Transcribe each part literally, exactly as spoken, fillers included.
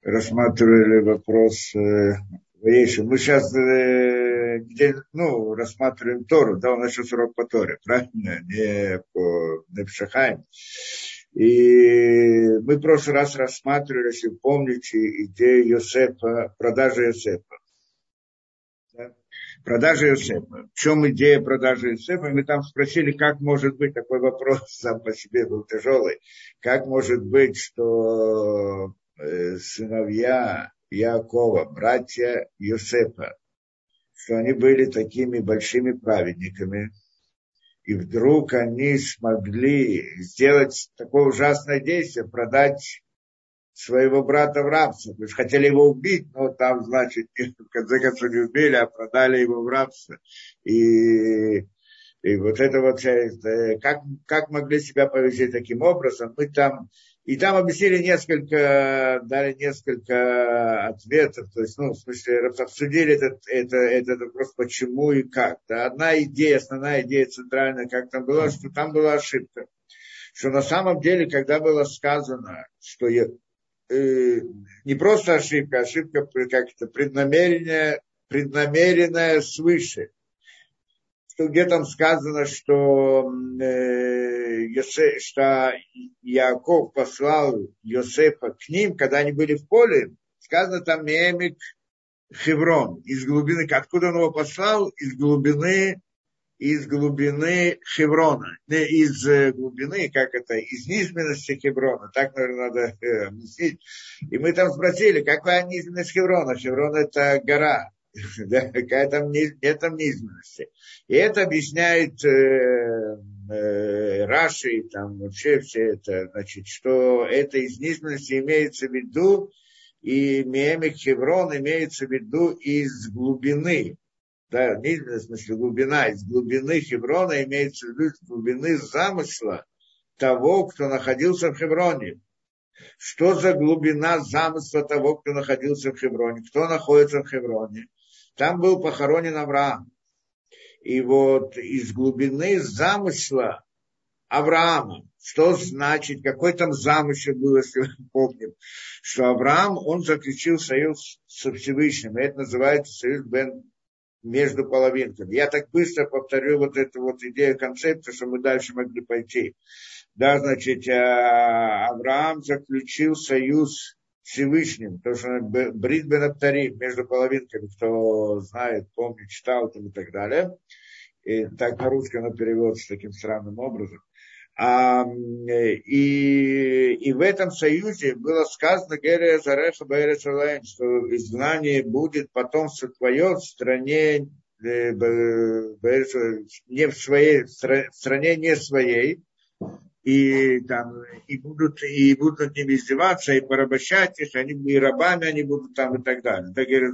рассматривали вопрос э, Ваейши. Мы сейчас э, где, ну, рассматриваем Тору, да, у нас сейчас урок по Торе, правильно, не по Непшахаим. И мы в прошлый раз рассматривали, если вы помните, идею Йосефа, продажи Йосефа. Да? Продажа Йосефа. В чем идея продажи Йосефа? Мы там спросили, как может быть, такой вопрос сам по себе был тяжелый, как может быть, что э, сыновья Яакова, братья Йосефа, что они были такими большими праведниками, и вдруг они смогли сделать такое ужасное действие, продать своего брата в рабство. То есть хотели его убить, но там, значит, в конце концов не убили, а продали его в рабство. И, и вот это вот, как, как могли себя повести таким образом, мы там, и там объяснили несколько, дали несколько ответов, то есть, ну, в смысле, обсудили этот, это, этот вопрос, почему и как. Да, одна идея, основная идея центральная, как там было, что там была ошибка. Что на самом деле, когда было сказано, что я, э, не просто ошибка, ошибка как-то преднамеренная, преднамеренная свыше. Что где там сказано, что, э, Йосеф, что Яаков послал Йосефа к ним, когда они были в поле, сказано там Меемик Хеврон, из глубины, откуда он его послал, из глубины, из глубины Хеврона, не из глубины, как это, из низменности Хеврона, так, наверное, надо э, объяснить. И мы там спросили, какая низменность Хеврона? Хеврон это гора. Да, какая там, нет там низменности. И это объясняет э, э, Раши, и там вообще все это, значит, что это из низменности имеется в виду, и Меемик Хеврон имеется в виду из глубины. Да, низменность, в смысле глубина, из глубины Хеврона имеется в виду из глубины замысла того, кто находился в Хевроне. Что за глубина замысла того, кто находился в Хевроне? Кто находится в Хевроне? Там был похоронен Авраам. И вот из глубины замысла Авраама, что значит, какой там замысел был, если мы помним, что Авраам, он заключил союз со Всевышним, и это называется союз бен, между половинками. Я так быстро повторю вот эту вот идею, концепцию, что мы дальше могли пойти. Да, значит, Авраам заключил союз Всевышним, то, что Брит бен Аптарим, между половинками, кто знает, помнит, читал там и так далее. И так по-русски оно переводится таким странным образом. А, и, и в этом союзе было сказано, Гере Зареха Баэрец Алаэн, что изгнание будет потомство твое в стране, не в своей, в стране не своей, и, там, и, будут, и будут над ними издеваться, и порабощать их, они, и рабами они будут там и так далее. Так говорят,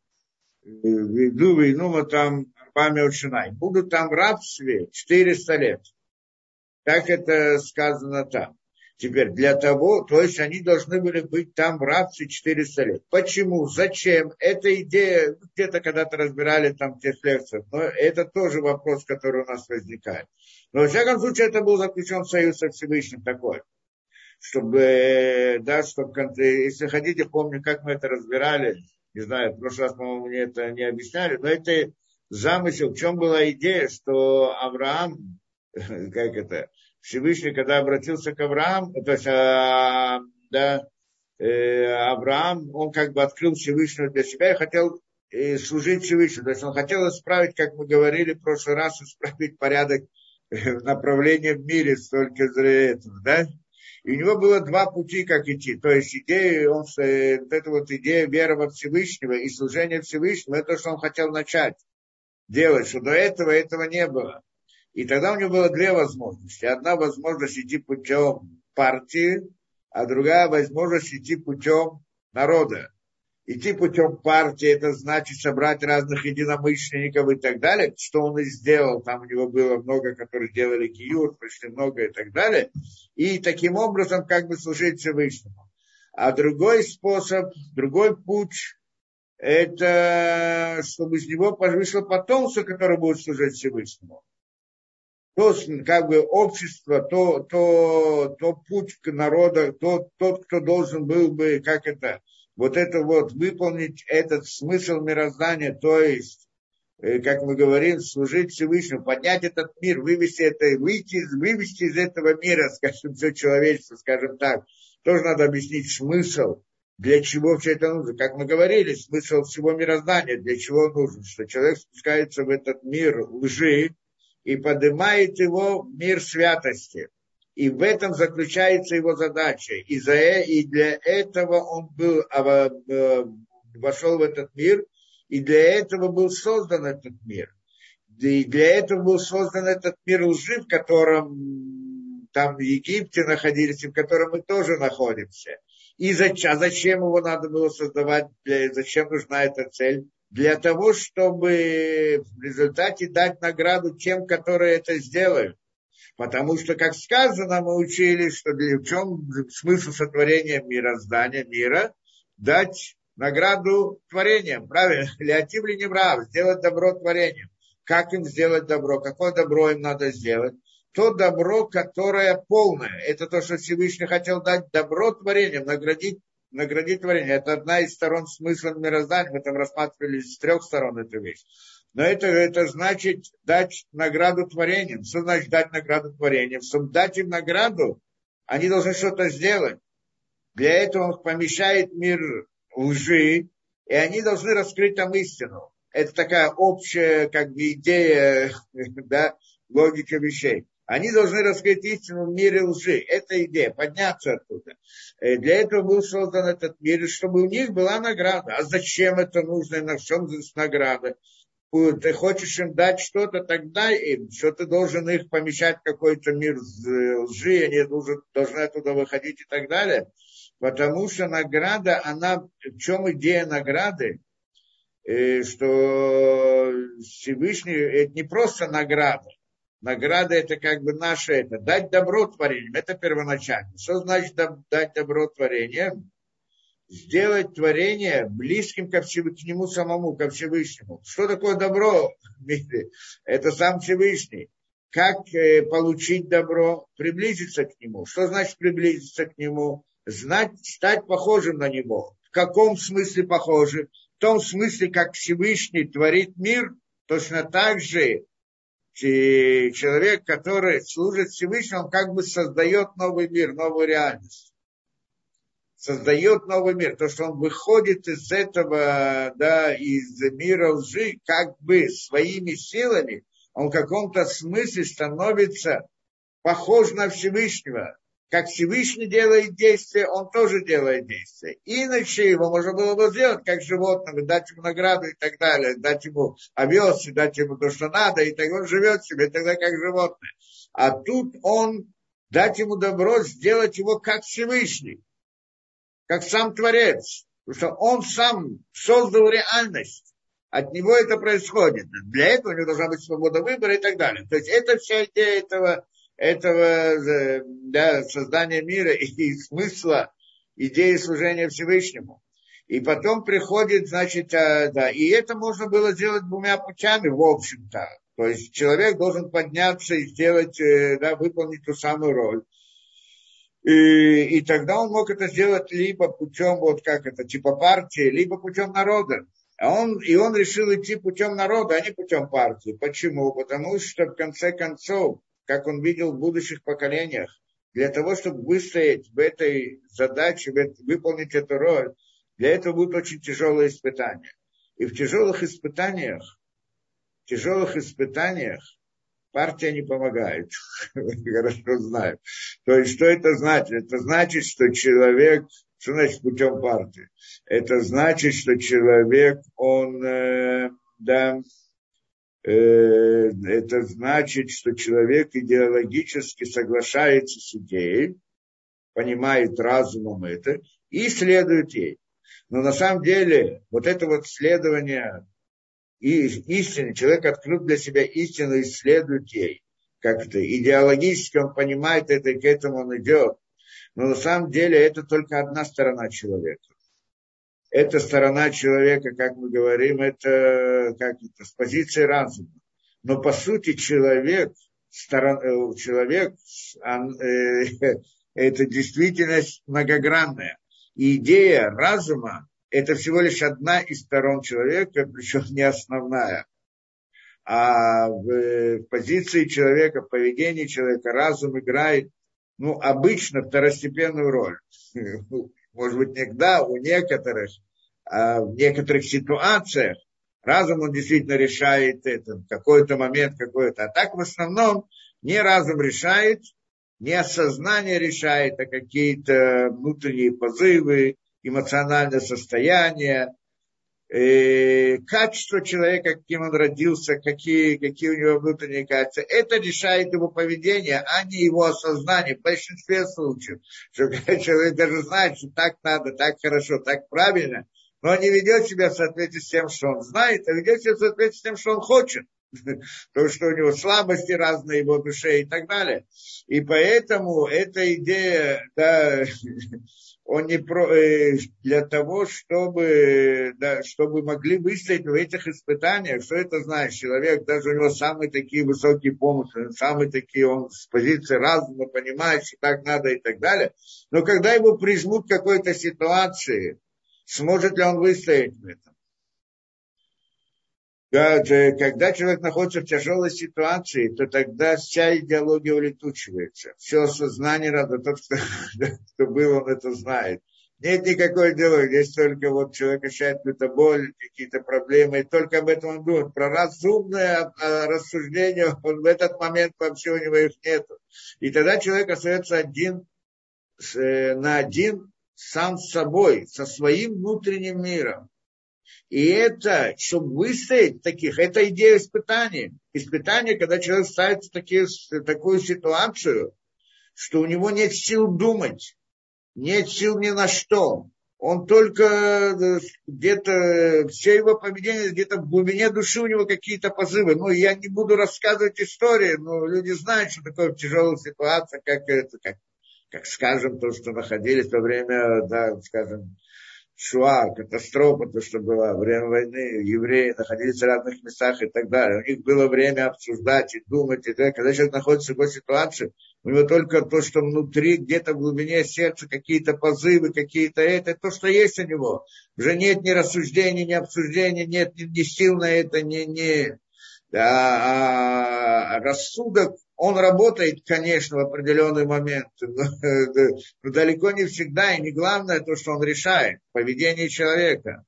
веду войну, там рабами Ошинай. Будут там в рабстве четыреста лет. Так это сказано там. Теперь для того, то есть они должны были быть там в рабстве четыреста лет. Почему? Зачем? Эта идея, где-то когда-то разбирали там в тех лекциях, но это тоже вопрос, который у нас возникает. Но, во всяком случае, это был заключен союз со Всевышним такой. Чтобы, да, чтобы, если хотите, помню, как мы это разбирали, не знаю, в прошлый раз, по-моему, мне это не объясняли, но это замысел, в чем была идея, что Авраам, как это, Всевышний, когда обратился к Аврааму, то есть, а, да, э, Авраам, он как бы открыл Всевышнего для себя и хотел э, служить Всевышнему. То есть он хотел исправить, как мы говорили в прошлый раз, исправить порядок э, направления в мире столько этого, да. И у него было два пути, как идти. То есть идея, он, э, вот эта вот идея веры во Всевышнего и служения Всевышнему, это то, что он хотел начать делать, что до этого этого не было. И тогда у него было две возможности. Одна возможность идти путем партии, а другая возможность идти путем народа. Идти путем партии, это значит собрать разных единомышленников и так далее, что он и сделал. Там у него было много, которые делали гиюр, пришли много и так далее. И таким образом как бы служить Всевышнему. А другой способ, другой путь, это чтобы из него вышло потомство, которое будет служить Всевышнему. То, как бы, общество, то, то, то путь к народу, то, тот, кто должен был бы, как это, вот это вот, выполнить этот смысл мироздания, то есть, э, как мы говорим, служить Всевышнему, поднять этот мир, вывести это, выйти, вывести из этого мира, скажем, все человечество, скажем так, тоже надо объяснить смысл, для чего все это нужно. Как мы говорили, смысл всего мироздания, для чего он нужен, что человек спускается в этот мир лжи и поднимает его в мир святости. И в этом заключается его задача. И, за, и для этого он был, вошел в этот мир, и для этого был создан этот мир. И для этого был создан этот мир лжи, в котором там в Египте находились, и в котором мы тоже находимся. И зачем, а зачем его надо было создавать, для, зачем нужна эта цель? Для того, чтобы в результате дать награду тем, которые это сделают. Потому что, как сказано, мы учили, что для, в чем смысл сотворения мироздания, мира, дать награду творениям, правильно? Леотим ли не прав, сделать добро творениям. Как им сделать добро? Какое добро им надо сделать? То добро, которое полное. Это то, что Всевышний хотел дать добро творениям, наградить, наградить творение. Это одна из сторон смысла мироздания. Мы там рассматривали с трех сторон эту вещь. Но это, это значит дать награду творениям. Что значит дать награду творениям? Чтобы дать им награду, они должны что-то сделать. Для этого он помещает мир лжи, и они должны раскрыть там истину. Это такая общая как бы идея, да, логика вещей. Они должны раскрыть истину в мире лжи. Это идея, подняться оттуда. Для этого был создан этот мир, чтобы у них была награда. А зачем это нужно и на чем здесь награда? Ты хочешь им дать что-то, тогда им, что ты должен их помещать в какой-то мир лжи, они должны, должны оттуда выходить и так далее. Потому что награда, она, в чем идея награды, что Всевышний, это не просто награда. Награда это как бы наше, это дать добро творениям, это первоначально. Что значит дать добро творениям? Сделать творение близким ко Всевышнему, к нему самому, ко Всевышнему. Что такое добро? Это сам Всевышний. Как получить добро? Приблизиться к нему. Что значит приблизиться к нему? Знать, стать похожим на него. В каком смысле похожим? В том смысле, как Всевышний творит мир, точно так же человек, который служит Всевышнему, он как бы создает новый мир, новую реальность. Создает новый мир. То, что он выходит из этого, да, из мира лжи, как бы своими силами, он в каком-то смысле становится похож на Всевышнего. Как Всевышний делает действия, он тоже делает действия. Иначе его можно было бы сделать как животное, дать ему награду и так далее, дать ему овес, дать ему то, что надо, и так он живет себе, тогда как животное. А тут он, дать ему добро, сделать его как Всевышний. Как сам Творец, потому что он сам создал реальность, от него это происходит. Для этого у него должна быть свобода выбора и так далее. То есть это вся идея этого, этого да, создания мира и, и смысла идеи служения Всевышнему. И потом приходит, значит, да, и это можно было сделать двумя путями, в общем-то. То есть человек должен подняться и сделать, да, выполнить ту самую роль. И, и тогда он мог это сделать либо путем, вот как это, типа партии, либо путем народа. А он, и он решил идти путем народа, а не путем партии. Почему? Потому что, в конце концов, как он видел в будущих поколениях, для того, чтобы выстоять в этой задаче, выполнить эту роль, для этого будут очень тяжелые испытания. И в тяжелых испытаниях, в тяжелых испытаниях, партия не помогает. Хорошо знаю. То есть, что это значит? Это значит, что человек... Что значит путем партии? Это значит, что человек, он... Э, да, э, это значит, что человек идеологически соглашается с идеей, понимает разумом это и следует ей. Но на самом деле, вот это вот следование... И истина, человек открыл для себя истину и следует ей. Как-то идеологически он понимает это, и к этому он идет. Но на самом деле это только одна сторона человека. Эта сторона человека, как мы говорим, это, как это с позиции разума. Но по сути человек, сторон, человек он, э, это действительность многогранная. И идея разума – это всего лишь одна из сторон человека, причем не основная. А в позиции человека, в поведении человека разум играет, ну, обычно второстепенную роль. Может быть, иногда у некоторых, а в некоторых ситуациях разум, он действительно решает это, какой-то момент, какой-то. А так в основном не разум решает, не осознание решает, а какие-то внутренние позывы, эмоциональное состояние, э, качество человека, каким он родился, какие, какие у него внутренние качества. Это решает его поведение, а не его осознание в большинстве случаев. Что человек даже знает, что так надо, так хорошо, так правильно, но он не ведет себя в соответствии с тем, что он знает, а ведет себя в соответствии с тем, что он хочет. То, что у него слабости разные в его душе и так далее. И поэтому эта идея, да, он не про, для того, чтобы, да, чтобы могли выстоять в этих испытаниях. Что это значит? Человек, даже у него самые такие высокие помыслы, самые такие, он с позиции разума понимает, что так надо и так далее. Но когда его прижмут к какой-то ситуации, сможет ли он выстоять в этом? Когда человек находится в тяжелой ситуации, то тогда вся идеология улетучивается. Все осознание надо, тот, кто, кто был, он это знает. Нет никакой идеологии, здесь только вот человек ощущает какую-то боль, какие-то проблемы, и только об этом он думает. Про разумное рассуждение он в этот момент вообще у него их нету. И тогда человек остается один на один сам с собой, со своим внутренним миром. И это, чтобы выстоять таких, это идея испытания. Испытание, когда человек ставится в, такие, в такую ситуацию, что у него нет сил думать, нет сил ни на что. Он только где-то, все его поведение, где-то в глубине души у него какие-то позывы. Ну, я не буду рассказывать истории, но люди знают, что такое тяжелая ситуация, как это, как, как скажем, то, что находились во время, да, скажем, Шуа, катастрофа, то, что было во время войны, евреи находились в разных местах и так далее. У них было время обсуждать и думать. И так. Когда человек находится в такой ситуации, у него только то, что внутри, где-то в глубине сердца, какие-то позывы, какие-то это, то, что есть у него. Уже нет ни рассуждений, ни обсуждений, нет ни, ни сил на это, ни... ни а, а рассудок, он работает, конечно, в определенный момент, но, но далеко не всегда, и не главное то, что он решает, поведение человека.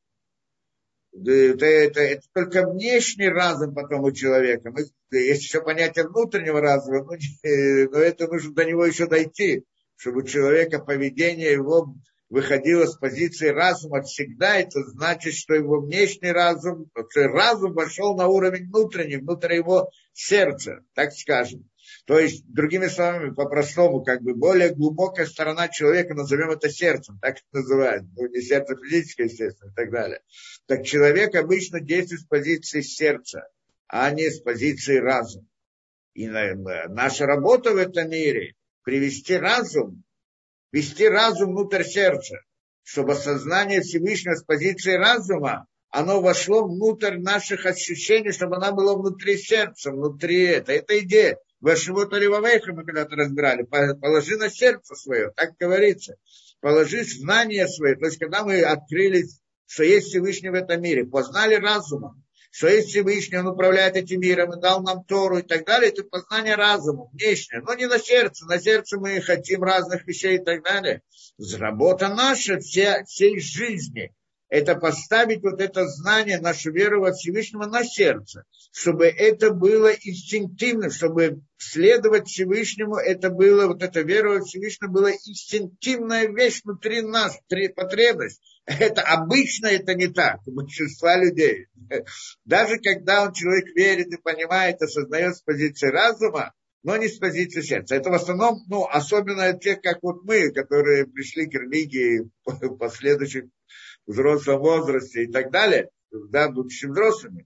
Это, это, это только внешний разум потом у человека. Мы, есть еще понятие внутреннего разума, но, но это нужно до него еще дойти, чтобы у человека поведение его выходило с позиции разума всегда, это значит, что его внешний разум, что разум вошел на уровень внутренний, внутрь его сердца, так скажем. То есть, другими словами, по-простому, как бы более глубокая сторона человека, назовем это сердцем, так это называют, ну, не сердце физическое, естественно, и так далее. Так человек обычно действует с позиции сердца, а не с позиции разума. И наша работа в этом мире – привести разум, вести разум внутрь сердца, чтобы сознание Всевышнего с позиции разума, оно вошло внутрь наших ощущений, чтобы оно было внутри сердца, внутри этого. Это идея. Вашего-то Ливавейха мы когда-то разбирали. Положи на сердце свое, так говорится. Положи знание свое. То есть, когда мы открыли, что есть Всевышний в этом мире, познали разумом, что есть Всевышний, он управляет этим миром, и дал нам Тору и так далее, это познание разума, внешнее, но не на сердце, на сердце мы хотим разных вещей и так далее. Работа наша вся, всей жизни, это поставить вот это знание, нашу веру во Всевышнего на сердце, чтобы это было инстинктивно, чтобы следовать Всевышнему, это было, вот эта вера во Всевышнего была инстинктивная вещь внутри нас, потребность. Это обычно это не так у большинства людей. Даже когда он, человек верит и понимает, осознает с позиции разума, но не с позиции сердца. Это в основном, ну, особенно те, как вот мы, которые пришли к религии в последующем взрослом возрасте и так далее, да, будучи взрослыми,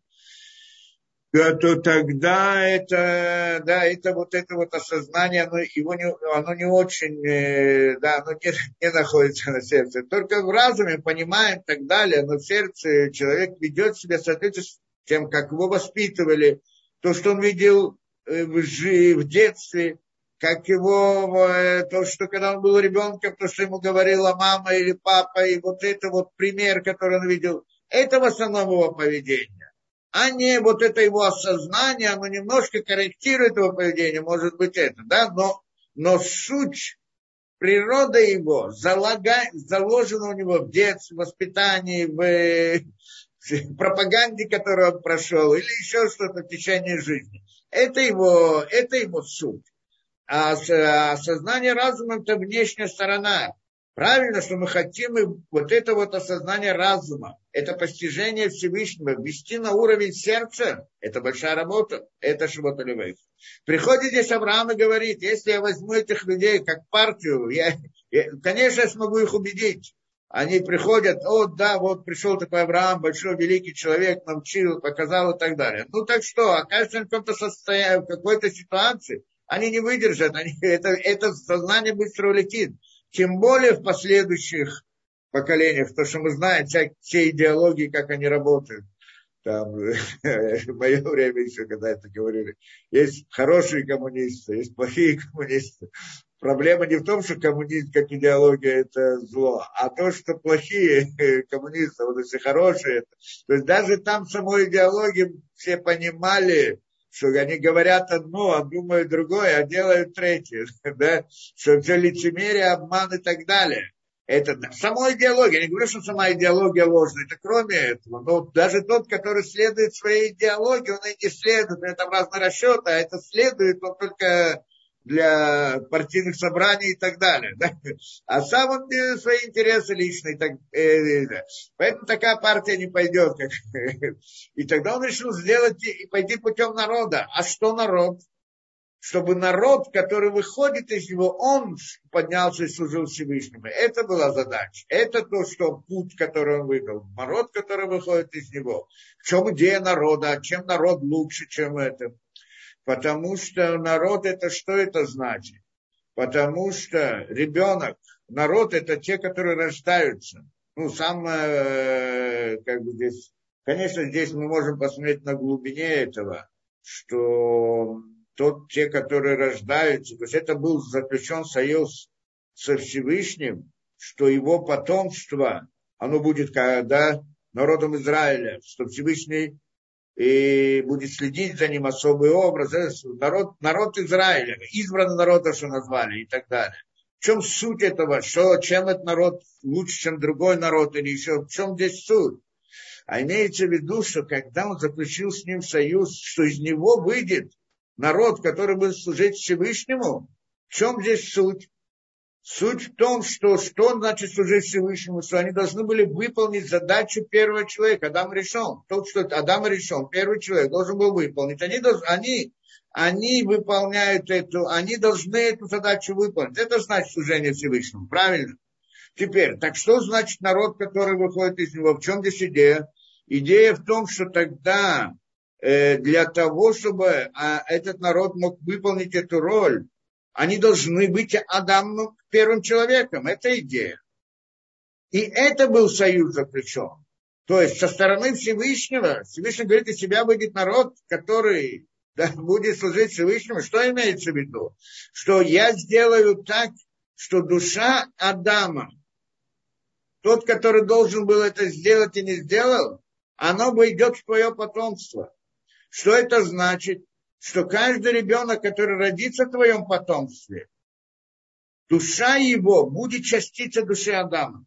то тогда это, да, это вот это вот осознание, оно, его не, оно не очень, да, оно не, не находится на сердце. Только в разуме понимаем и так далее, но в сердце человек ведет себя в соответствии с тем, как его воспитывали, то, что он видел в, в детстве, как его, э, то, что когда он был ребенком, то, что ему говорила мама или папа, и вот это вот пример, который он видел, это в основном его поведение. А не вот это его осознание, оно немножко корректирует его поведение, может быть это, да, но, но суть, природа его залага, заложена у него в детстве, в воспитании, в, в пропаганде, которую он прошел, или еще что-то в течение жизни. Это его, это его суть. А осознание разума – это внешняя сторона. Правильно, что мы хотим и вот это вот осознание разума, это постижение Всевышнего, ввести на уровень сердца, это большая работа, это Шивот Левейх. Приходит здесь Авраам и говорит, если я возьму этих людей как партию, я, я, конечно, я смогу их убедить. Они приходят, о, да, вот пришел такой Авраам, большой, великий человек, научил, показал и так далее. Ну так что, окажется в каком-то состоянии, в какой-то ситуации, они не выдержат, они, это, это сознание быстро улетит. Тем более в последующих поколениях, потому что мы знаем все, все идеологии, как они работают. Там, в мое время еще, когда это говорили, есть хорошие коммунисты, есть плохие коммунисты. Проблема не в том, что коммунизм как идеология это зло, а то, что плохие коммунисты, вот если хорошие, это, то есть даже там в самой идеологии все понимали, что они говорят одно, а думают другое, а делают третье, да? Что все лицемерие, обман и так далее. Это сама идеология, я не говорю, что сама идеология ложная, это кроме этого. Но даже тот, который следует своей идеологии, он и не следует, у него там разные расчеты, а это следует он только для партийных собраний и так далее. Да? А сам он свои интересы личные. Так, э, э, поэтому такая партия не пойдет. Как, и тогда он решил сделать и пойти путем народа. А что народ? Чтобы народ, который выходит из него, он поднялся и служил Всевышнему. Это была задача. Это то, что путь, который он выбрал. Народ, который выходит из него. В чем идея народа? Чем народ лучше, чем это? Потому что народ это что это значит? Потому что ребенок, народ это те, которые рождаются. Ну, самое, как бы здесь, конечно, здесь мы можем посмотреть на глубине этого, что тот, те, которые рождаются, то есть это был заключен союз со Всевышним, что его потомство, оно будет когда народом Израиля, что Всевышний и будет следить за ним особый образ, народ, народ Израиля, избранный народ, что назвали, и так далее. В чем суть этого? Что, чем этот народ лучше, чем другой народ, или еще, в чем здесь суть? А имеется в виду, что когда он заключил с ним союз, что из него выйдет народ, который будет служить Всевышнему, в чем здесь суть? Суть в том, что что значит служить Всевышнему, что они должны были выполнить задачу первого человека, Адам решен. То, что Адам решен, первый человек должен был выполнить. Они, должны, они, они выполняют эту, они должны эту задачу выполнить. Это значит служение Всевышнему, правильно? Теперь, так что значит народ, который выходит из него? В чем здесь идея? Идея в том, что тогда э, для того, чтобы э, этот народ мог выполнить эту роль, они должны быть Адамом первым человеком. Это идея. И это был союз заключен. То есть со стороны Всевышнего, Всевышний говорит, из себя выйдет народ, который да, будет служить Всевышнему. Что имеется в виду? Что я сделаю так, что душа Адама, тот, который должен был это сделать и не сделал, оно войдет в твое потомство. Что это значит? Что каждый ребенок, который родится в твоем потомстве, душа его будет частица души Адама.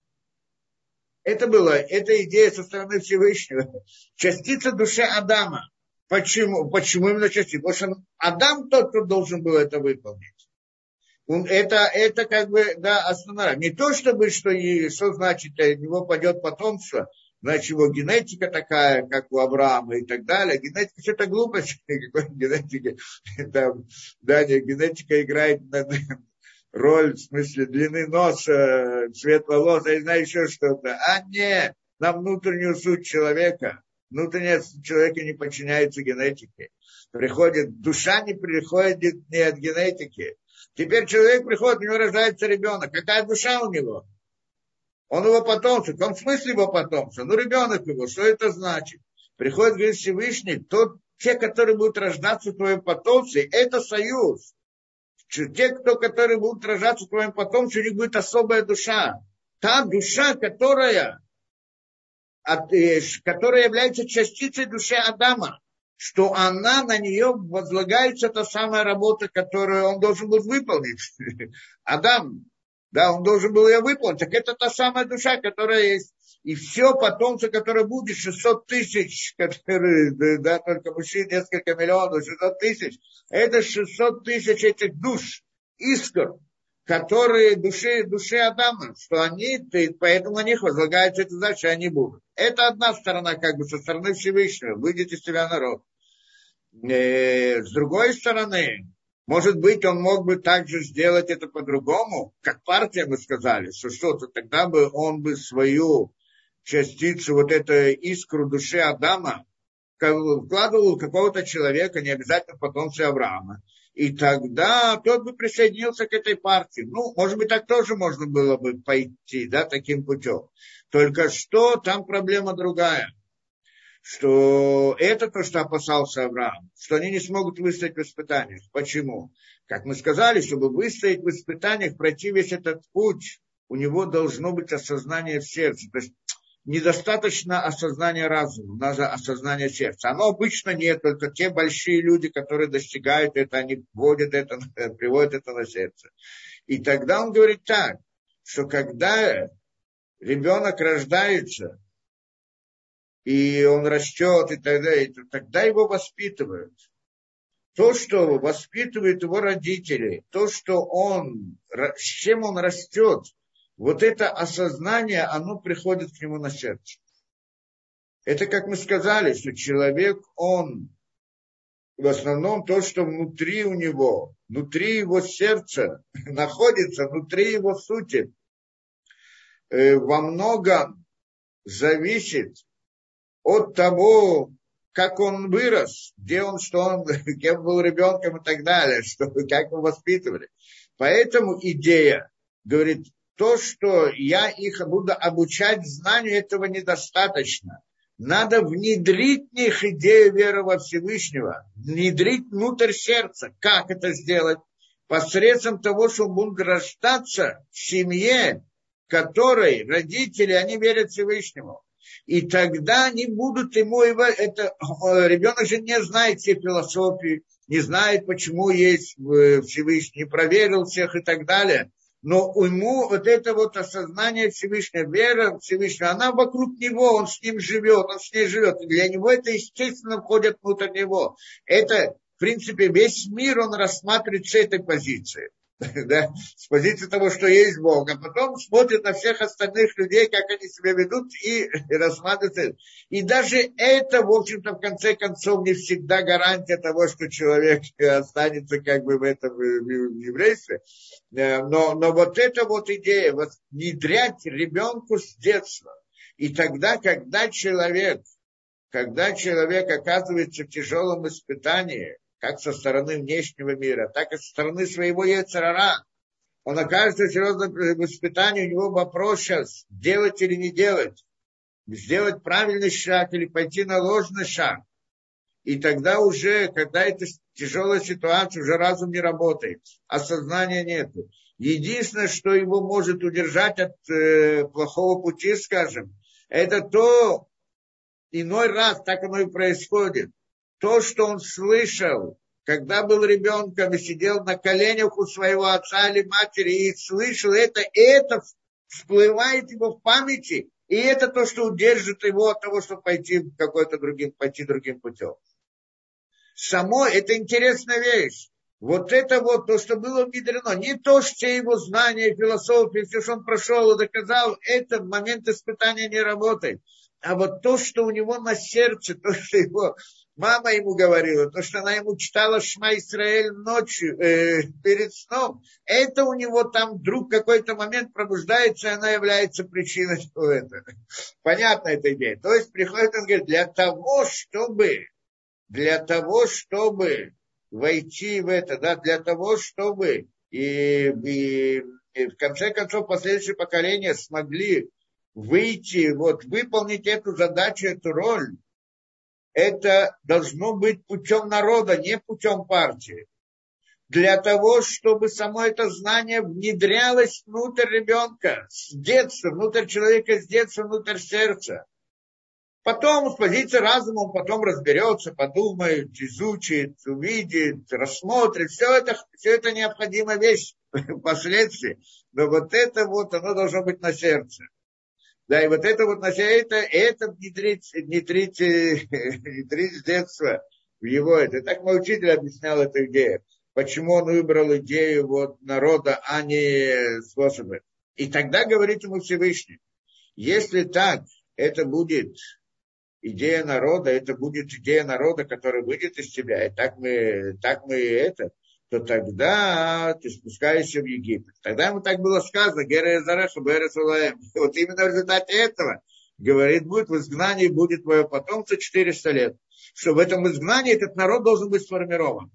Это была, эта идея со стороны Всевышнего. Частица души Адама. Почему? Почему именно частица? Потому что Адам тот, кто должен был это выполнить. Это, это как бы, да, основное. Не то, чтобы, что, что значит, у него пойдет потомство, значит, его генетика такая, как у Авраама и так далее. Генетика, что это глупость, какой генетика. Там, да, генетика играет роль в смысле длины носа, цвет волос, я не знаю, еще что-то. А нет, на внутреннюю суть человека. Внутренняя суть человека не подчиняется генетике. Приходит, душа не приходит не от генетики. Теперь человек приходит, у него рождается ребенок. Какая душа у него? Он его потомство. В каком смысле его потомство? Ну, ребенок его. Что это значит? Приходит, говорит Всевышний, тот, те, которые будут рождаться в твоем потомстве, это союз. Те, кто, которые будут рождаться в твоем потомстве, у них будет особая душа. Та душа, которая, от, э, которая является частицей души Адама, что она, на нее возлагается та самая работа, которую он должен был выполнить. Адам, да, он должен был ее выполнить. Так это та самая душа, которая есть. И все потомство, которое будет, шестьсот тысяч, которые, да, только мужчин, несколько миллионов, шестьсот тысяч, это шестьсот тысяч этих душ, искр, которые души, души Адама, что они, поэтому на них возлагается эта задача, они будут. Это одна сторона, как бы, со стороны Всевышнего, выйдет из себя народ. С другой стороны, может быть, он мог бы также сделать это по-другому, как партия, мы сказали, что что-то, тогда бы он бы свою частицу, вот эту искру души Адама, вкладывал в какого-то человека, не обязательно потомство Авраама. И тогда тот бы присоединился к этой партии. Ну, может быть, так тоже можно было бы пойти, да, таким путем. Только что там проблема другая. Что это то, что опасался Авраам, что они не смогут выстоять в испытаниях. Почему? Как мы сказали, чтобы выстоять в испытаниях, пройти весь этот путь, у него должно быть осознание в сердце. То есть недостаточно осознания разума, надо осознание сердца. Оно обычно нет, только те большие люди, которые достигают это, они вводят это, приводят это на сердце. И тогда он говорит так, что когда ребенок рождается, и он растет, и так далее, и тогда его воспитывают. То, что воспитывают его родители, то, что он, с чем он растет, вот это осознание, оно приходит к нему на сердце. Это, как мы сказали, что человек, он, в основном то, что внутри у него, внутри его сердца находится, внутри его сути, во многом зависит от того, как он вырос, где он, что он, кем был ребенком и так далее, что, как его воспитывали. Поэтому идея, говорит, то, что я их буду обучать знанию, этого недостаточно. Надо внедрить в них идею веры во Всевышнего, внедрить внутрь сердца. Как это сделать? Посредством того, что он будет рождаться в семье, которой родители, они верят Всевышнему. И тогда они будут ему, это, ребенок же не знает все философии, не знает, почему есть Всевышний, не проверил всех и так далее. Но ему вот это вот осознание Всевышнего, вера Всевышнего, она вокруг него, он с ним живет, он с ней живет. И для него это, естественно, входит внутрь него. Это, в принципе, весь мир он рассматривает с этой позиции. Да, с позиции того, что есть Бог, а потом смотрит на всех остальных людей, как они себя ведут, и рассматривает. И даже это, в общем-то, в конце концов, не всегда гарантия того, что человек останется как бы в этом в еврействе. Но, но вот эта вот идея, вот внедрять ребенку с детства. И тогда, когда человек, когда человек оказывается в тяжелом испытании, как со стороны внешнего мира, так и со стороны своего йецер ара. Он окажется в серьезном испытании, у него вопрос сейчас, делать или не делать, сделать правильный шаг или пойти на ложный шаг. И тогда уже, когда это тяжелая ситуация, уже разум не работает, осознания нет. Единственное, что его может удержать от э, плохого пути, скажем, это то, иной раз так оно и происходит. То, что он слышал, когда был ребенком и сидел на коленях у своего отца или матери и слышал это, и это всплывает его в памяти, и это то, что удержит его от того, чтобы пойти какой-то другим, пойти другим путем. Само это интересная вещь. Вот это вот то, что было внедрено, не то, что все его знания, философии, все, что он прошел и доказал, это в момент испытания не работает. А вот то, что у него на сердце, то, что его мама ему говорила, то, что она ему читала Шма Исраэль ночью, э, перед сном, это у него там вдруг в какой-то момент пробуждается, и она является причиной всего этого. Понятна эта идея. То есть приходит, он говорит, для того, чтобы, для того, чтобы войти в это, да, для того, чтобы и, и, и в конце концов последующие поколения смогли выйти, вот, выполнить эту задачу, эту роль, это должно быть путем народа, не путем партии. для того, чтобы само это знание внедрялось внутрь ребенка, с детства, внутрь человека с детства, внутрь сердца. Потом с позиции разума он потом разберется, подумает, изучит, увидит, рассмотрит. Все это, все это необходимая вещь впоследствии. Но вот это вот, оно должно быть на сердце. Да, и вот это вот на сердце, это, это внедрить, внедрить, внедрить с детства в его это. Так мой учитель объяснял эту идею. Почему он выбрал идею вот народа, а не способы. И тогда говорит ему Всевышний, если так, это будет идея народа, это будет идея народа, которая выйдет из тебя, и так мы, так мы это, то тогда ты спускаешься в Египет. Тогда ему так было сказано, Гера Зареха, Бера Сулаем. Вот именно в результате этого, говорит, будет в изгнании, будет твое потомство четыреста лет. Что в этом изгнании этот народ должен быть сформирован.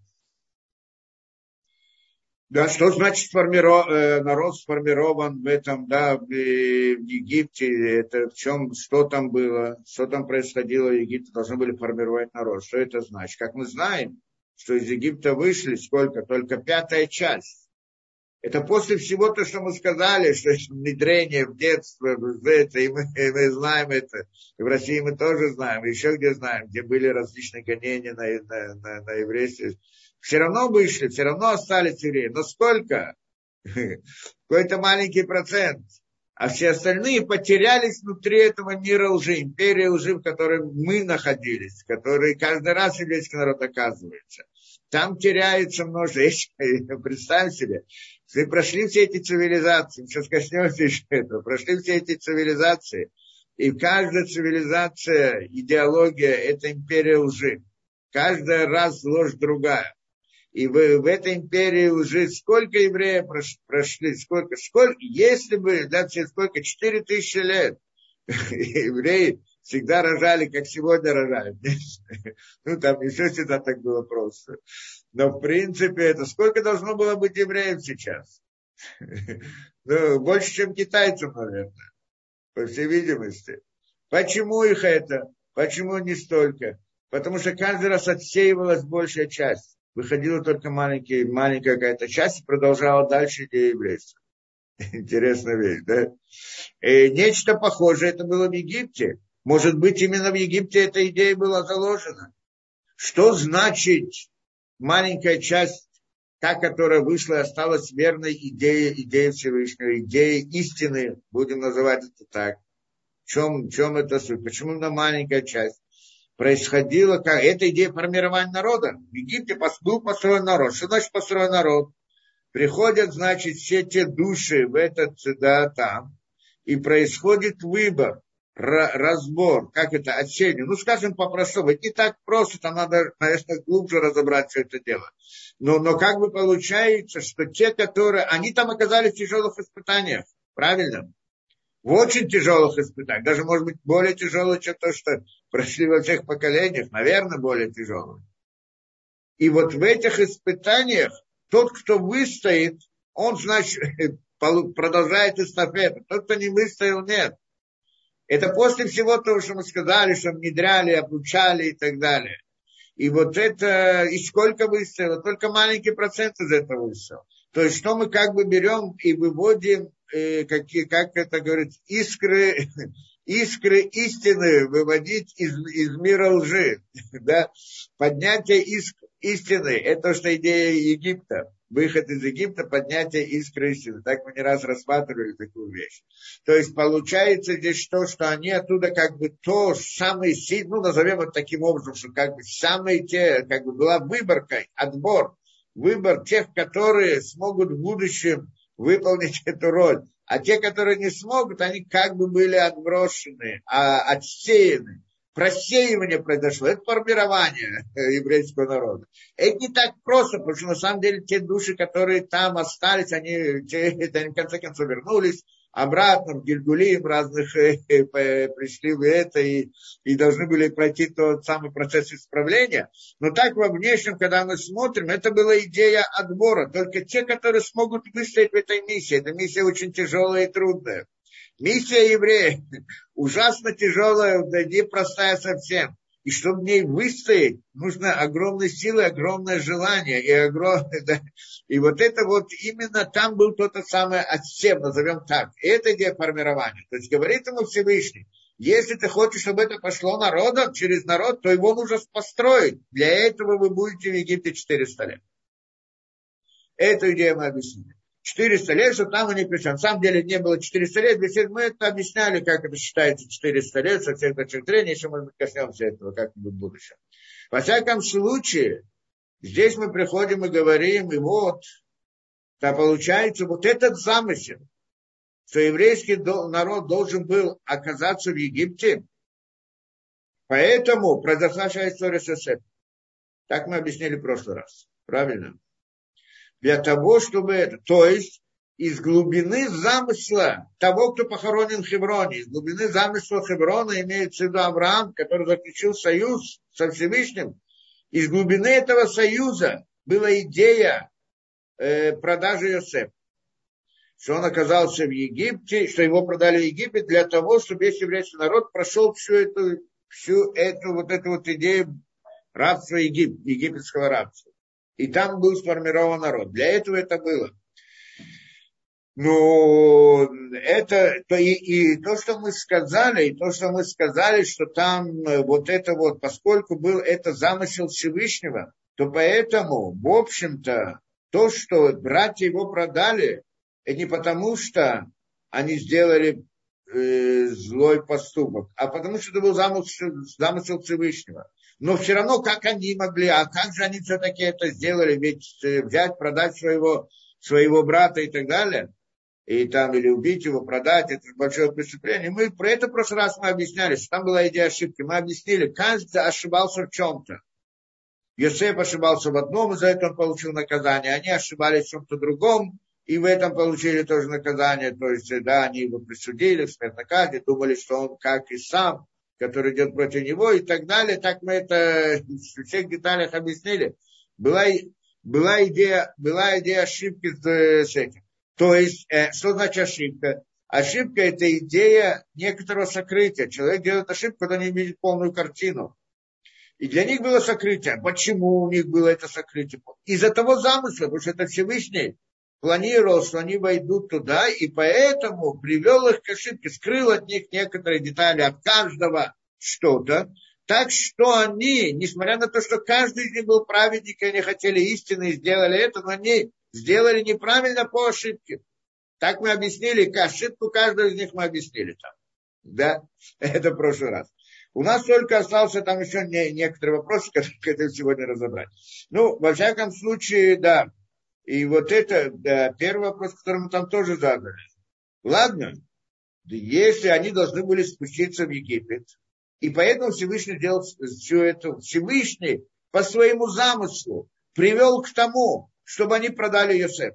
Да, что значит сформиров... народ сформирован в этом, да, в Египте, это в чем, что там было, что там происходило в Египте, должны были формировать народ. Что это значит? Как мы знаем, что из Египта вышли сколько? Только пятая часть. Это после всего то, что мы сказали, что это внедрение в детство, в это, и мы, и мы знаем это. И в России мы тоже знаем, и еще где знаем, где были различные гонения на, на, на, на еврейство. Все равно вышли, все равно остались евреи. Но сколько? Какой-то маленький процент. А все остальные потерялись внутри этого мира лжи, империи лжи, в которой мы находились, в которой каждый раз еврейский народ оказывается. Там теряется множество. Представь себе, вы прошли все эти цивилизации, сейчас коснемся еще этого, прошли все эти цивилизации, и каждая цивилизация, идеология – это империя лжи. Каждый раз ложь другая. И в, в этой империи уже сколько евреев прошли, сколько, сколько, если бы, да, сколько, четыре тысячи лет евреи всегда рожали, как сегодня рожают. Ну, там еще всегда так было просто. Но, в принципе, это сколько должно было быть евреев сейчас? Ну, больше, чем китайцев, наверное, по всей видимости. Почему их это? Почему не столько? Потому что каждый раз отсеивалась большая часть. Выходила только маленькая, маленькая какая-то часть и продолжала дальше идея еврейства. Интересная вещь, да? И нечто похожее это было в Египте. Может быть, именно в Египте эта идея была заложена. Что значит маленькая часть, та, которая вышла и осталась верной идее, идее Всевышнего, идее истины, будем называть это так. В чем, в чем это суть? Почему именно маленькая часть? Происходило, как эта идея формирования народа. В Египте был построен народ. Что значит построен народ? Приходят, значит, все те души в этот, да, там, и происходит выбор, разбор, как это, отсеяние. Ну, скажем по-простому, это не так просто, там надо, конечно, глубже разобрать все это дело. Но, но как бы получается, что те, которые, они там оказались в тяжелых испытаниях, правильно? В очень тяжелых испытаниях, даже, может быть, более тяжелые, чем то, что прошли во всех поколениях, наверное, более тяжелые. И вот в этих испытаниях тот, кто выстоит, он, значит, продолжает эстафету. Тот, кто не выстоял, нет. Это после всего того, что мы сказали, что внедряли, обучали и так далее. И вот это, и сколько выстояло, только маленький процент из этого выстоял. То есть, что мы как бы берем и выводим, э, какие, как это говорит, искры, искры истины выводить из, из мира лжи. Да? Поднятие иск, истины, это что идея Египта. Выход из Египта, поднятие искры истины. Так мы не раз рассматривали такую вещь. То есть, получается здесь то, что они оттуда как бы то самые сильные, ну, назовем это таким образом, что как бы самые те, как бы была выборка, отбор. Выбор тех, которые смогут в будущем выполнить эту роль. А те, которые не смогут, они как бы были отброшены, а, отсеяны. Просеивание произошло. Это формирование еврейского народа. Это не так просто, потому что на самом деле те души, которые там остались, они, те, они в конце концов вернулись обратно в Гильгулим, разных э, э, пришли в это и, и должны были пройти тот самый процесс исправления. Но так во внешнем, когда мы смотрим, это была идея отбора. Только те, которые смогут выстоять в этой миссии. Эта миссия очень тяжелая и трудная. Миссия евреев ужасно тяжелая, да не простая совсем. И чтобы в ней выстоять, нужно огромной силы, огромное желание и огромное, да. И вот это вот именно там был тот самый отсев, назовем так. И это идея формирования. То есть говорит ему Всевышний, если ты хочешь, чтобы это пошло народом, через народ, то его нужно построить. Для этого вы будете в Египте четыреста лет. Эту идею мы объяснили. четыреста лет, что там они пришли. На самом деле не было четыреста лет. Мы это объясняли, как это считается четыреста лет, со всех точек зрения. Еще, может быть, коснемся этого как-нибудь в будущем. Во всяком случае, здесь мы приходим и говорим, и вот, то получается вот этот замысел, что еврейский народ должен был оказаться в Египте, поэтому произошла история с Йосефом. Так мы объяснили в прошлый раз. Правильно? Для того, чтобы это, то есть из глубины замысла того, кто похоронен в Хевроне, из глубины замысла Хеврона имеется в виду Авраам, который заключил союз со Всевышним, из глубины этого союза была идея э, продажи Йосефа, что он оказался в Египте, что его продали в Египет для того, чтобы весь еврейский народ прошел всю эту, всю эту вот эту вот идею рабства Егип, египетского рабства. И там был сформирован народ. Для этого это было. Ну, это то и, и то, что мы сказали, и то, что мы сказали, что там вот это вот, поскольку был это замысел Всевышнего, то поэтому, в общем-то, то, что братья его продали, это не потому, что они сделали э, злой поступок, а потому что это был замысел, замысел Всевышнего. Но все равно, как они могли, а как же они все-таки это сделали, ведь взять, продать своего, своего брата и так далее, и там, или убить его, продать, это большое преступление. Мы про это в прошлый раз мы объясняли, что там была идея ошибки. Мы объяснили, каждый ошибался в чем-то. Йосеф ошибался в одном, и за это он получил наказание. Они ошибались в чем-то другом, и в этом получили тоже наказание. То есть, да, они его присудили в смертной казни, думали, что он как и сам, который идет против него и так далее. Так мы это в всех деталях объяснили. Была, была, идея, была идея ошибки с, с этим. То есть, э, что значит ошибка? Ошибка – это идея некоторого сокрытия. Человек делает ошибку, когда не видит полную картину. И для них было сокрытие. Почему у них было это сокрытие? Из-за того замысла, потому что это Всевышний планировал, что они войдут туда, и поэтому привел их к ошибке, скрыл от них некоторые детали, от каждого что-то, так что они, несмотря на то, что каждый из них был праведник, и они хотели истины и сделали это, но они сделали неправильно по ошибке. Так мы объяснили, ошибку каждого из них мы объяснили там. Да, это в прошлый раз. У нас только остался там еще не, некоторые вопросы, которые хотим сегодня разобрать. Ну, во всяком случае, да. И вот это, да, первый вопрос, который мы там тоже задали. Ладно, если они должны были спуститься в Египет, и поэтому Всевышний делал все это, Всевышний по своему замыслу привел к тому, чтобы они продали Йосефа.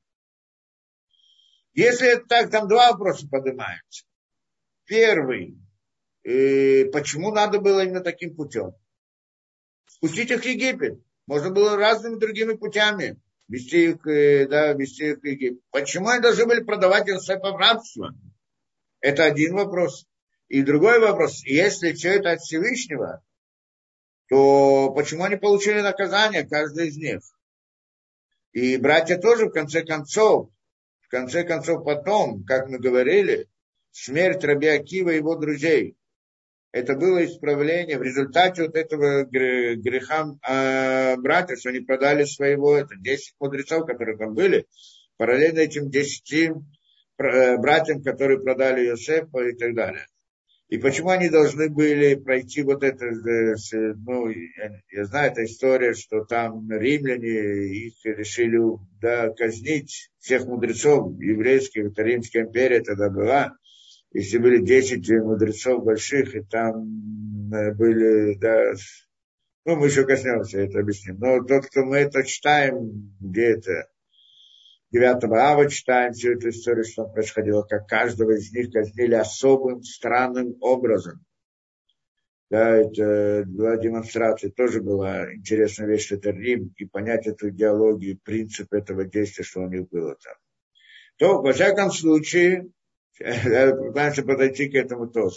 Если это так, там два вопроса поднимаются. Первый, э, почему надо было именно таким путем? Спустить их в Египет. Можно было разными другими путями вести их, да, вести их в Египет. Почему они должны были продавать Йосефа в рабство? Это один вопрос. И другой вопрос, если все это от Всевышнего, то почему они получили наказание, каждый из них? И братья тоже, в конце концов, в конце концов потом, как мы говорили, смерть Раби Акива и его друзей. Это было исправление в результате вот этого греха э, братьев, что они продали своего, это десять мудрецов, которые там были, параллельно этим десяти братьям, которые продали Йосефа и так далее. И почему они должны были пройти вот это, ну, я, я знаю, эта история, что там римляне их решили, да, казнить, всех мудрецов еврейских, это Римская империя тогда была, если были десять мудрецов больших, и там были, да, ну, мы еще коснемся, это объясним. Но тот, кто мы это читаем, где это, девятого ава читаем всю эту историю, что там происходило, как каждого из них казнили особым, странным образом. Да, это была демонстрация, тоже была интересная вещь, что это Рим, и понять эту идеологию, принцип этого действия, что у них было там. То, во всяком случае, пытаемся подойти к этому тоже.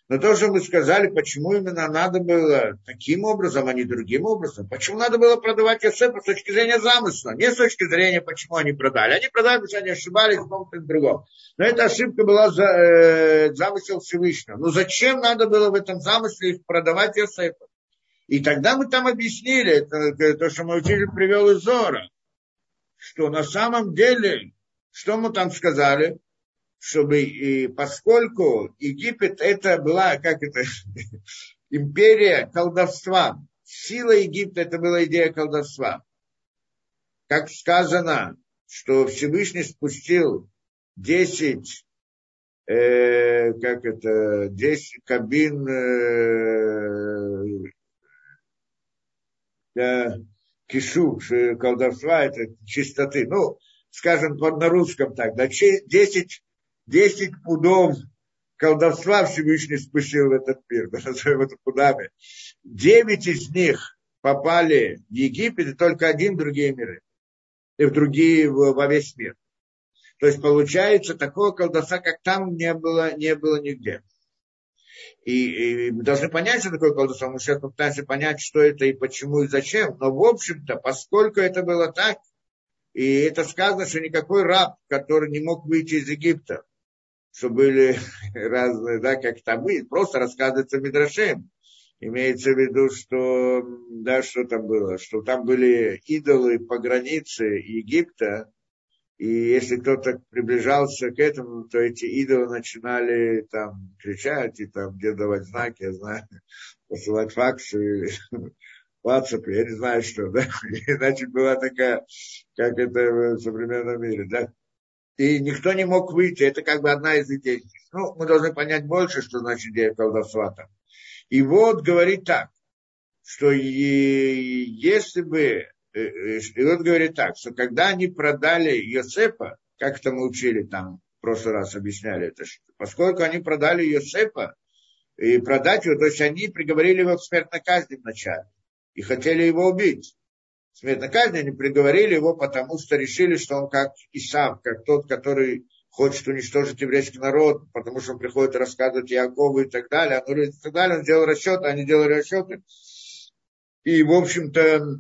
Но то, что мы сказали, почему именно надо было таким образом, а не другим образом, почему надо было продавать Йосефа с точки зрения замысла, не с точки зрения, почему они продали. Они продали, потому что они ошибались в том-то и другом. Но эта ошибка была за, э, замысел Всевышнего. Но зачем надо было в этом замысле продавать Йосефа? И тогда мы там объяснили, это, то, что мой учитель привел из Зора, что на самом деле, что мы там сказали, чтобы, и поскольку Египет это была, как это, империя колдовства, сила Египта это была идея колдовства. Как сказано, что Всевышний спустил десять, э, как это, десять кабин э, для кишу, колдовства, это чистоты. Ну, скажем, на русском так, да, десять Десять пудов колдовства Всевышний спустил в этот мир, назовем это пудами. Девять из них попали в Египет, и только один в другие миры. И в другие, во весь мир. То есть, получается, такого колдовства, как там, не было, не было нигде. И, и мы должны понять, что такое колдовство. Мы сейчас попытаемся понять, что это и почему, и зачем. Но, в общем-то, поскольку это было так, и это сказано, что никакой раб, который не мог выйти из Египта, что были разные, да, как там были, просто рассказывается Мидрашем. Имеется в виду, что, да, что там было, что там были идолы по границе Египта, и если кто-то приближался к этому, то эти идолы начинали там кричать и там где давать знаки, я знаю, посылать факсы, WhatsApp, я не знаю что, да, иначе была такая, как это в современном мире, да. И никто не мог выйти. Это как бы одна из идей. Ну, мы должны понять больше, что значит идея колдовства там. И вот говорит так, что и, если бы... И вот говорит так, что когда они продали Йосефа, как это мы учили там, в прошлый раз объясняли это, что поскольку они продали Йосефа, и продать его, то есть они приговорили его к смертной казни вначале. И хотели его убить. Смертной казни они приговорили его, потому что решили, что он как Исав, как тот, который хочет уничтожить еврейский народ, потому что он приходит рассказывать Якову и так далее. Он говорит, и так далее, он делал расчеты, они делали расчеты. И, в общем-то,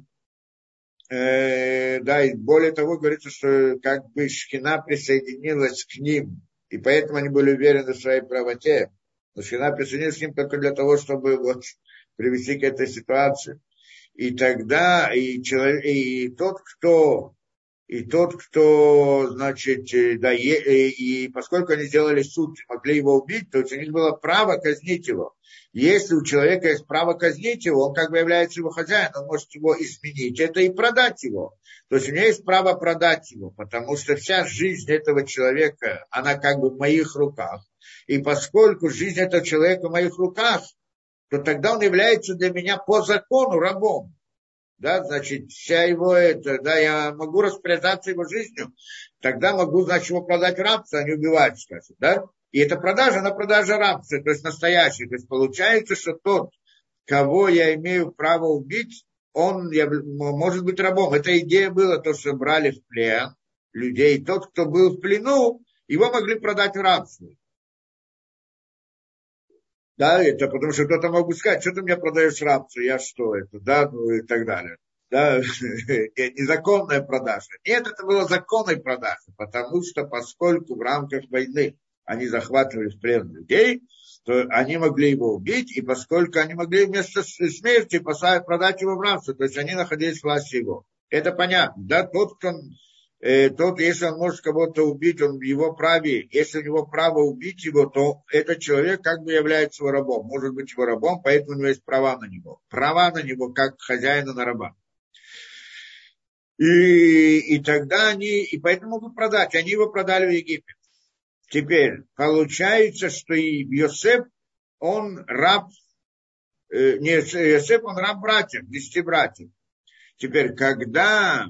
э, да, и более того, говорится, что как бы Шхина присоединилась к ним, и поэтому они были уверены в своей правоте. Но Шхина присоединилась к ним только для того, чтобы вот привести к этой ситуации. И тогда и, человек, и тот, кто, и тот, кто, значит, да, и, и, и поскольку они сделали суд, могли его убить, то есть у них было право казнить его. Если у человека есть право казнить его, он как бы является его хозяином, он может его изменить, это и продать его. То есть у него есть право продать его, потому что вся жизнь этого человека, она как бы в моих руках. И поскольку жизнь этого человека в моих руках, то тогда он является для меня по закону рабом. Да, значит, вся его это, да, я могу распоряжаться его жизнью, тогда могу, значит, его продать рабство, а не убивать, скажем, да. И эта продажа, она продажа рабства, то есть настоящая. То есть получается, что тот, кого я имею право убить, он я, может быть рабом. Эта идея была, то, что брали в плен людей. Тот, кто был в плену, его могли продать в рабство. Да, это потому что кто-то мог бы сказать, что ты мне продаешь рабство, я что это, да, ну и так далее. Да, незаконная продажа. Нет, это было законной продажей, потому что поскольку в рамках войны они захватывали в плен людей, то они могли его убить, и поскольку они могли вместо смерти продать его в рабство, то есть они находились в власти его. Это понятно, да, тот, кто... Тот, если он может кого-то убить, он в его праве, если у него право убить его, то этот человек как бы является его рабом, может быть его рабом, поэтому у него есть права на него. Права на него, как хозяина на раба. И, и тогда они, и поэтому могут продать, они его продали в Египет. Теперь, получается, что и Йосеф, он раб, э, не Йосеф, он раб братьев, десяти братьев. Теперь, когда...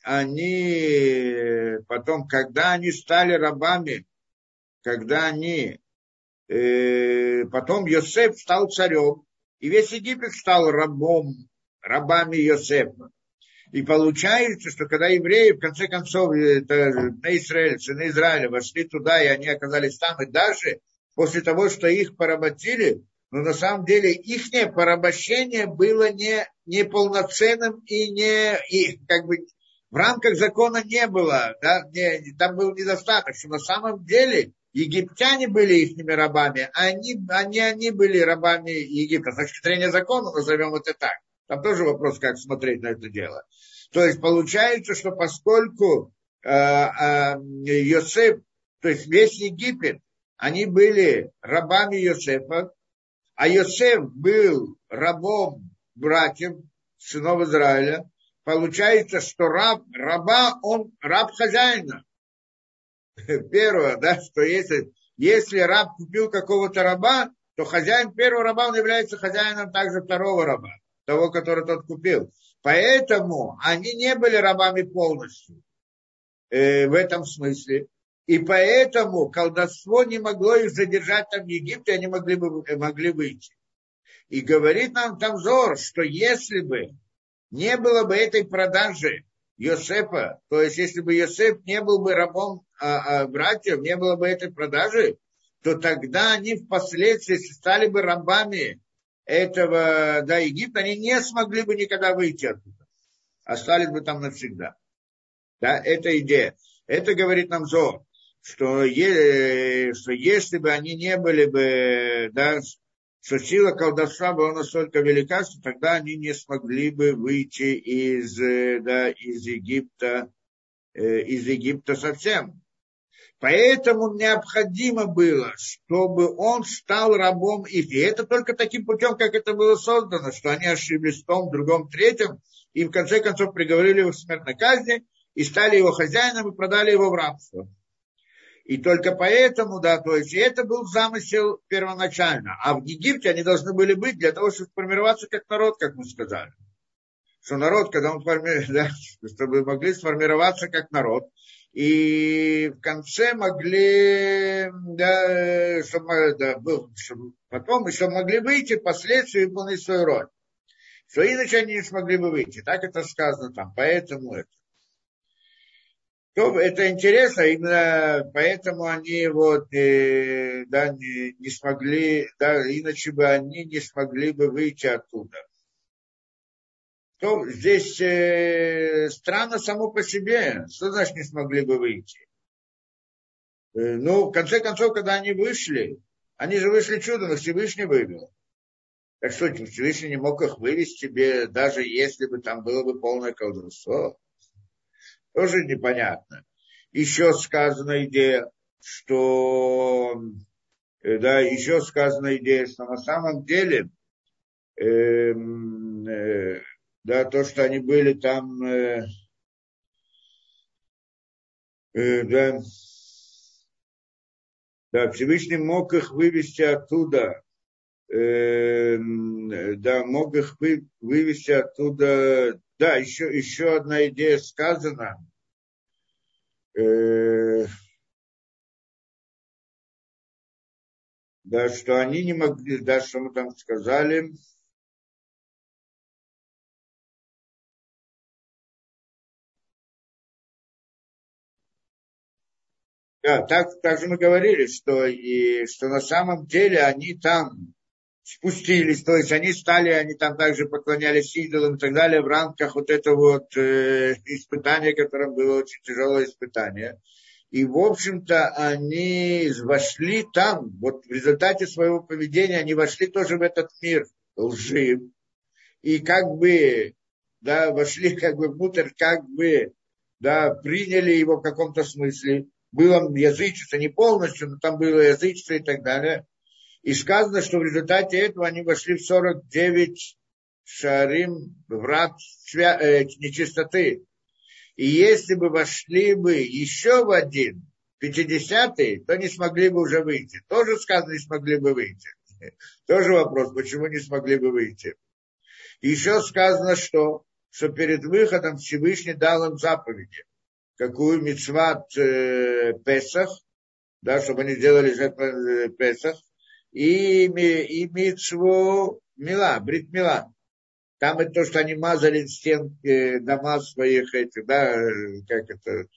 они потом, когда они стали рабами, когда они, э, потом Йосеф стал царем, и весь Египет стал рабом, рабами Йосефа. И получается, что когда евреи, в конце концов, это, на Израиль, сыны Израиля, вошли туда, и они оказались там, и даже после того, что их поработили, но на самом деле их порабощение было не, не полноценным и не, и как бы в рамках закона не было, да, не, там был недостаток, что на самом деле египтяне были их рабами, а они, они, они были рабами Египта. С точки зрения закона, назовем это так. Там тоже вопрос, как смотреть на это дело. То есть получается, что поскольку э, э, Йосеф, то есть весь Египет, они были рабами Йосефа, а Йосеф был рабом братьев, сынов Израиля, получается, что раб, раба, он раб хозяина. Первое, да, что если, если раб купил какого-то раба, то хозяин первого раба, он является хозяином также второго раба, того, который тот купил. Поэтому они не были рабами полностью э, в этом смысле. И поэтому колдовство не могло их задержать там в Египте, они могли бы могли выйти. И говорит нам там Зор, что если бы не было бы этой продажи Йосефа, то есть если бы Йосеф не был бы рабом а, а, братьев, не было бы этой продажи, то тогда они впоследствии стали бы рабами этого, да, Египта, они не смогли бы никогда выйти оттуда. Остались бы там навсегда. Да, это идея. Это говорит нам Зор, что, е, что если бы они не были бы, да, что сила колдовства была настолько велика, что тогда они не смогли бы выйти из, да, из Египта, э, из Египта совсем. Поэтому необходимо было, чтобы он стал рабом их. И это только таким путем, как это было создано, что они ошиблись в том, другом, третьем, и в конце концов приговорили его к смертной казни, и стали его хозяином, и продали его в рабство. И только поэтому, да, то есть это был замысел первоначально. А в Египте они должны были быть для того, чтобы сформироваться как народ, как мы сказали. Что народ, когда он формирует, да, чтобы могли сформироваться как народ. И в конце могли, да, чтобы, да, был, чтобы потом еще могли выйти, впоследствии выполнить свою роль. Что иначе они не смогли бы выйти. Так это сказано там. Поэтому это. То, это интересно, именно поэтому они вот, э, да, не, не смогли, да, иначе бы они не смогли бы выйти оттуда. То здесь э, странно само по себе, что значит не смогли бы выйти? Э, ну, в конце концов, когда они вышли, они же вышли чудом, и Всевышний вывел. Так что Всевышний не мог их вывести, даже если бы там было бы полное колдовство. Тоже непонятно. Еще сказана идея, что, да, еще сказана идея, что на самом деле, э, э, да, то, что они были там, э, э, да, да, Всевышний мог их вывести оттуда, э, да, мог их вы, вывести оттуда, да, еще, еще одна идея сказана, э, да, что они не могли, да, что мы там сказали. Да, так, так же мы говорили, что, и, что на самом деле они там спустились, то есть они стали, они там также поклонялись идолам и так далее в рамках вот этого вот э, испытания, которое было очень тяжелое испытание. И, в общем-то, они вошли там, вот в результате своего поведения, они вошли тоже в этот мир лжи. И как бы, да, вошли как бы внутрь, как бы, да, приняли его в каком-то смысле. Было язычество, не полностью, но там было язычество и так далее. И сказано, что в результате этого они вошли в сорок девять шарим, врат свя- э, нечистоты. И если бы вошли бы еще в один, пятидесятый, то не смогли бы уже выйти. Тоже сказано, не смогли бы выйти. Тоже вопрос, почему не смогли бы выйти. Еще сказано, что, что перед выходом Всевышний дал им заповеди. Какую мицват э, Песах, да, чтобы они сделали жертву Песах, и, и мицву Мила, Брит Мила. Там это то, что они мазали стенки дома своих, этих, да, как это,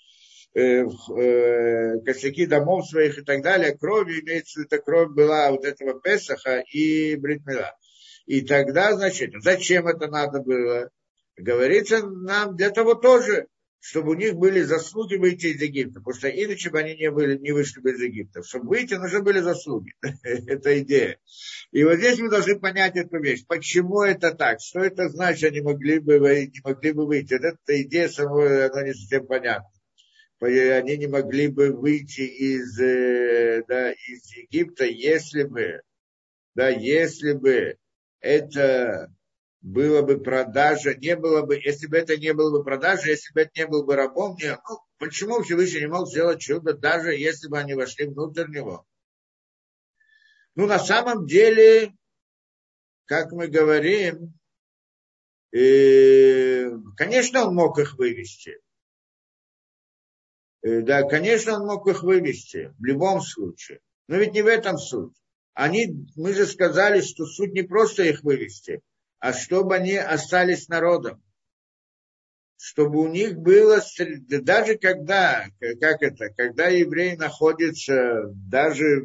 э, э, косяки домов своих и так далее, кровью, имеется в виду, кровь была вот этого Песаха и Брит Мила. И тогда, значит, зачем это надо было? Говорится нам для того тоже, чтобы у них были заслуги выйти из Египта, потому что иначе бы они не, были, не вышли бы из Египта. Чтобы выйти, нужны были заслуги. Это идея. И вот здесь мы должны понять эту вещь. Почему это так? Что это значит, они могли бы, не могли бы выйти? Вот эта идея самой, она не совсем понятна. Они не могли бы выйти из, да, из Египта, если бы, да, если бы это было бы продажа, не было бы, если бы это не было бы продажа, если бы это не был бы рабом, не, ну, почему Всевышний не мог сделать чудо, даже если бы они вошли внутрь него? Ну, на самом деле, как мы говорим, э, конечно, он мог их вывести. Э, да, конечно, он мог их вывести, в любом случае. Но ведь не в этом суть. Они, мы же сказали, что суть не просто их вывести, а чтобы они остались народом. Чтобы у них было, даже когда, как это, когда еврей находится, даже,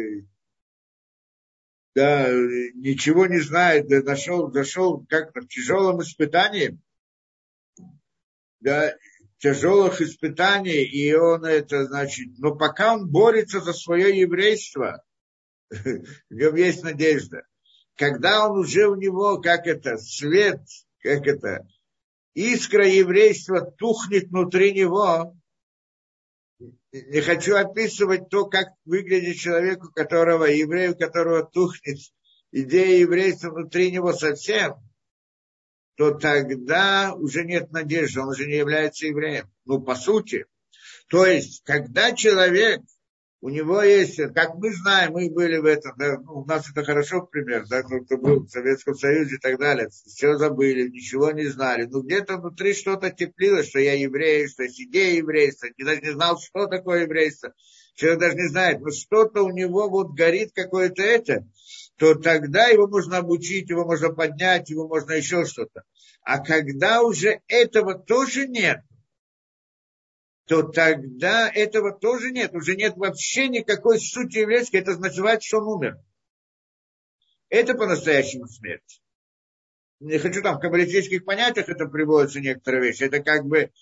да, ничего не знает, да, нашел, зашел как-то в тяжелом испытании, да, тяжелых испытаний, и он это, значит, но пока он борется за свое еврейство, в нем есть надежда. Когда он уже у него, как это, свет, как это, искра еврейства тухнет внутри него. Не хочу описывать то, как выглядит человек, у которого, еврей, у которого тухнет идея еврейства внутри него совсем, то тогда уже нет надежды, он уже не является евреем. Ну, по сути. То есть, когда человек, у него есть, как мы знаем, мы были в этом, да, ну, у нас это хорошо пример, да, кто был в Советском Союзе и так далее, все забыли, ничего не знали, но где-то внутри что-то теплилось, что я еврей, что есть идея еврейства, я даже не знал, что такое еврейство, человек даже не знает, но что-то у него вот горит какое-то это, то тогда его можно обучить, его можно поднять, его можно еще что-то. А когда уже этого тоже нет, то тогда этого тоже нет. Уже нет вообще никакой сути еврейской. Это называется, что он умер. Это по-настоящему смерть. Не хочу там в каббалистических понятиях это приводится некоторые вещи. Это как бы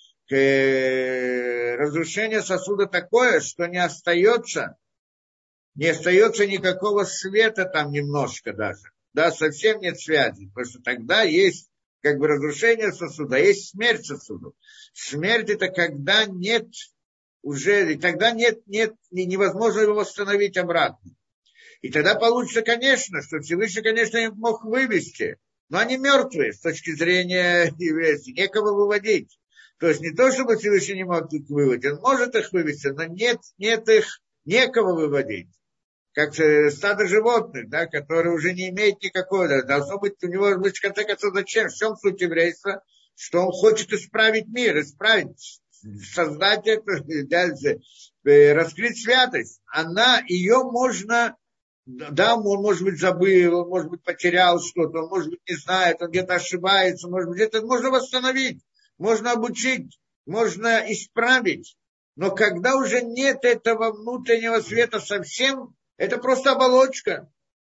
э, разрушение сосуда такое, что не остается, не остается никакого света там немножко даже. Да, совсем нет связи. Потому что тогда есть как бы разрушение сосуда, есть смерть сосуду. Смерть это когда нет уже, и тогда нет, нет, невозможно его восстановить обратно. И тогда получится, конечно, что Всевышний, конечно, их мог вывести, но они мертвые с точки зрения еврейства, некого выводить. То есть не то, чтобы Всевышний не мог их выводить, он может их вывести, но нет, нет их, некого выводить. Как стадо животных, да, которые уже не имеют никакого, да, должно быть у него, в конце концов, зачем? В чем суть еврейства? Что он хочет исправить мир, исправить, создать это, да, раскрыть святость. Она, ее можно, да, он, может быть, забыл, он, может быть, потерял что-то, он, может быть, не знает, он где-то ошибается, может быть, где-то можно восстановить, можно обучить, можно исправить. Но когда уже нет этого внутреннего света совсем, это просто оболочка.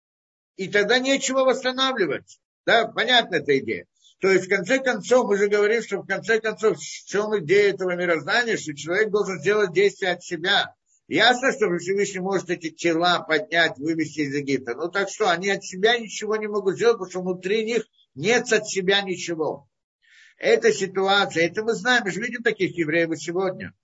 И тогда нечего восстанавливать. Да, понятна эта идея. То есть, в конце концов, мы же говорим, что в конце концов, в чем идея этого мироздания, что человек должен сделать действие от себя. Ясно, что Всевышний может эти тела поднять, вывести из Египта. Ну так что, они от себя ничего не могут сделать, потому что внутри них нет от себя ничего. Эта ситуация, это мы знаем, мы же видим таких евреев сегодня.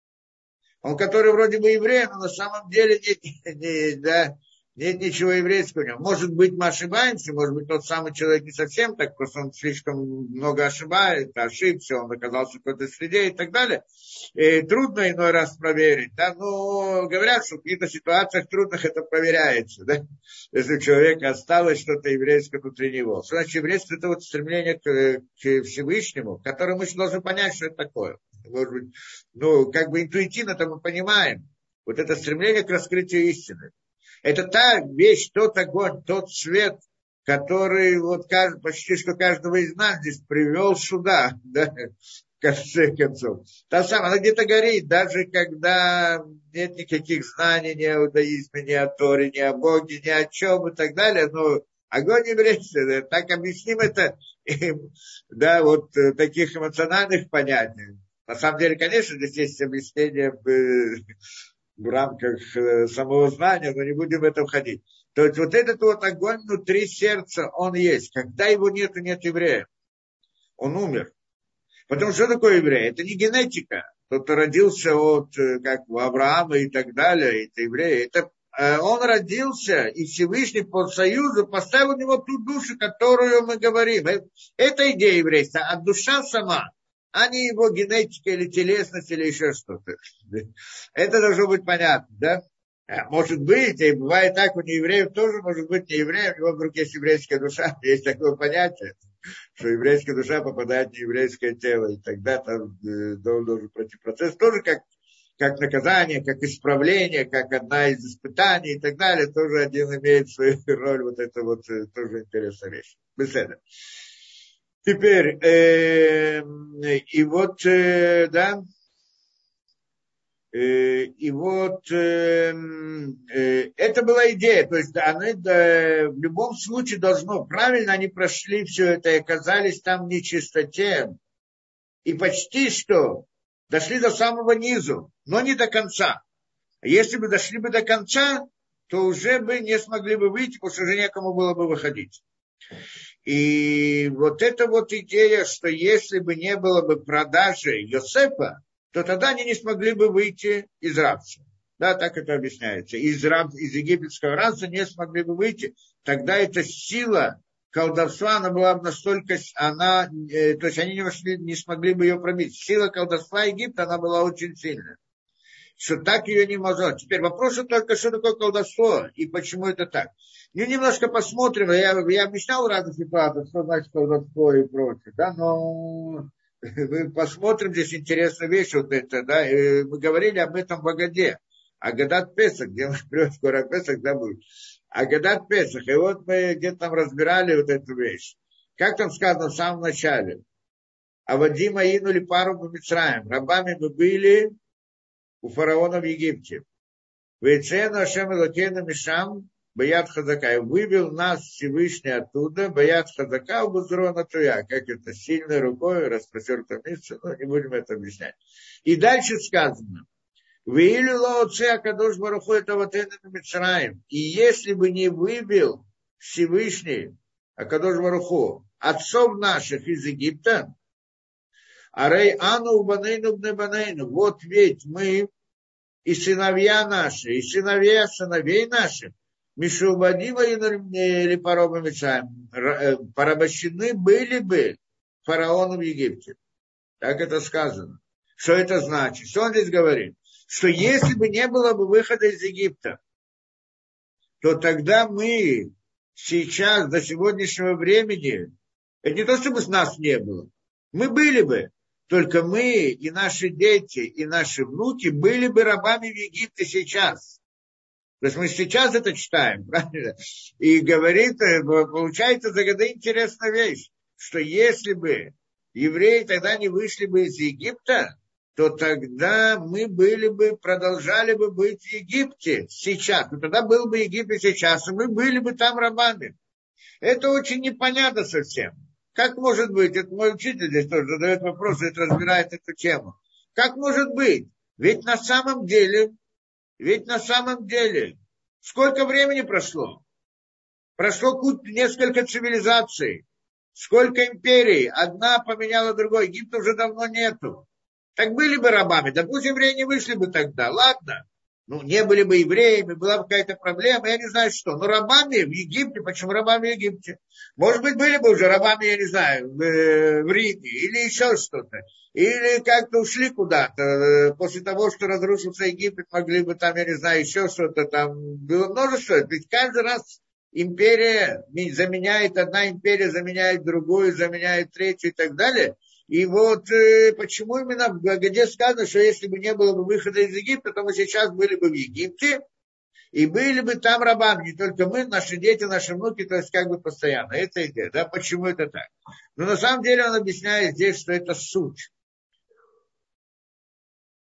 Он, который вроде бы еврей, но на самом деле нет, не, да, нет ничего еврейского в нем. Может быть, мы ошибаемся, может быть, тот самый человек не совсем так, просто он слишком много ошибается, ошибся, он оказался в какой-то среде и так далее. И трудно иной раз проверить, да, но говорят, что в каких-то ситуациях трудных это проверяется, да, если у человека осталось что-то еврейское внутри него. Что значит еврейство? Это вот стремление к, к Всевышнему, которое мы должны понять, что это такое. Может быть, ну, как бы интуитивно-то мы понимаем, вот это стремление к раскрытию истины. Это та вещь, тот огонь, тот свет, который вот кажд, почти что каждого из нас здесь привел сюда, да, в конце концов. Та самая, она где-то горит, даже когда нет никаких знаний ни о иудаизме, ни о Торе, ни о Боге, ни о чем и так далее, но огонь еврейства, так объясним это, да, вот таких эмоциональных понятий. На самом деле, конечно, здесь есть объяснение в, в рамках самого знания, но не будем в это входить. То есть вот этот вот огонь внутри сердца, он есть. Когда его нету, нет еврея. Он умер. Потому что что такое еврей? Это не генетика. Тот, кто родился от, как у Авраама и так далее, это еврей. Это он родился, и Всевышний по союзу поставил в него ту душу, которую мы говорим. Это идея еврейства, а душа сама, а не его генетика или телесность или еще что-то. Это должно быть понятно, да? Может быть, и бывает так, у неевреев тоже может быть не евреев, у него вдруг есть еврейская душа, есть такое понятие, что еврейская душа попадает в нееврейское тело, и тогда там должен пройти процесс, тоже как, как наказание, как исправление, как одна из испытаний и так далее, тоже один имеет свою роль, вот это вот тоже интересная вещь. Беседа. Теперь, э, и вот, э, да, и вот э, э, это была идея, то есть они, да, в любом случае должно, правильно они прошли все это и оказались там в нечистоте, и почти что дошли до самого низу, но не до конца. А если бы дошли бы до конца, то уже бы не смогли бы выйти, потому что уже некому было бы выходить. И вот эта вот идея, что если бы не было бы продажи Йосефа, то тогда они не смогли бы выйти из рабства. Да, так это объясняется. Из, раб, из египетского рабства не смогли бы выйти. Тогда эта сила колдовства, она была бы настолько... Она, э, то есть они не, вошли, не смогли бы ее пробить. Сила колдовства Египта, она была очень сильная. Что так ее не можно. Теперь вопрос только, что такое колдовство и почему это так. Ну, немножко посмотрим. Я, я объяснял разные ситуации, что значит колдовство и прочее. Да, но... Мы посмотрим, здесь интересная вещь вот это, да, мы говорили об этом в Агаде, Агадат Песах, где мы придем скоро Песах, да, будет, Агадат Песах, и вот мы где-то там разбирали вот эту вещь, как там сказано в самом начале, Авадим аинули пару по Мицраим, рабами мы были у фараона в Египте, Вейцену Ашем Элокейну Мишам, Баят Хазака, вывел нас Всевышний оттуда, Баят Хазака, Убузрона Туя, как это, сильной рукой, распростертым мышцем, ну, не будем это объяснять. И дальше сказано, Веилю Лооце Акадош Баруху это вот это Мицраим, и если бы не вывел Всевышний Акадош Баруху отцов наших из Египта, Арей Ану Убанейну Бнебанейну, вот ведь мы и сыновья наши, и сыновья сыновей наших, Мишубадива или Пароба Мицраим, порабощены были бы фараону в Египте. Так это сказано. Что это значит? Что он здесь говорит? Что если бы не было бы выхода из Египта, то тогда мы сейчас, до сегодняшнего времени, это не то, чтобы с нас не было, мы были бы, только мы и наши дети, и наши внуки были бы рабами в Египте сейчас. То есть мы сейчас это читаем, правильно? И говорит, получается загада интересная вещь, что если бы евреи тогда не вышли бы из Египта, то тогда мы были бы, продолжали бы быть в Египте сейчас. Но тогда был бы Египет сейчас, и мы были бы там рабами. Это очень непонятно совсем. Как может быть? Это мой учитель здесь тоже задает вопрос, и разбирает эту тему. Как может быть? Ведь на самом деле... Ведь на самом деле, сколько времени прошло? Прошло несколько цивилизаций, сколько империй, одна поменяла другой, Египта уже давно нету. Так были бы рабами, допустим, евреи не вышли бы тогда, ладно. Ну, не были бы евреями, была бы какая-то проблема, я не знаю что. Но рабами в Египте, почему рабами в Египте? Может быть, были бы уже рабами, я не знаю, в, в Риме или еще что-то. Или как-то ушли куда-то. После того, что разрушился Египет, могли бы там, я не знаю, еще что-то там. Было множество. Ведь каждый раз империя заменяет, одна империя заменяет другую, заменяет третью и так далее. И вот э, почему именно в Агаде сказано, что если бы не было бы выхода из Египта, то мы сейчас были бы в Египте, и были бы там рабами, не только мы, наши дети, наши внуки, то есть как бы постоянно. Это идея, да, почему это так? Но на самом деле он объясняет здесь, что это суть.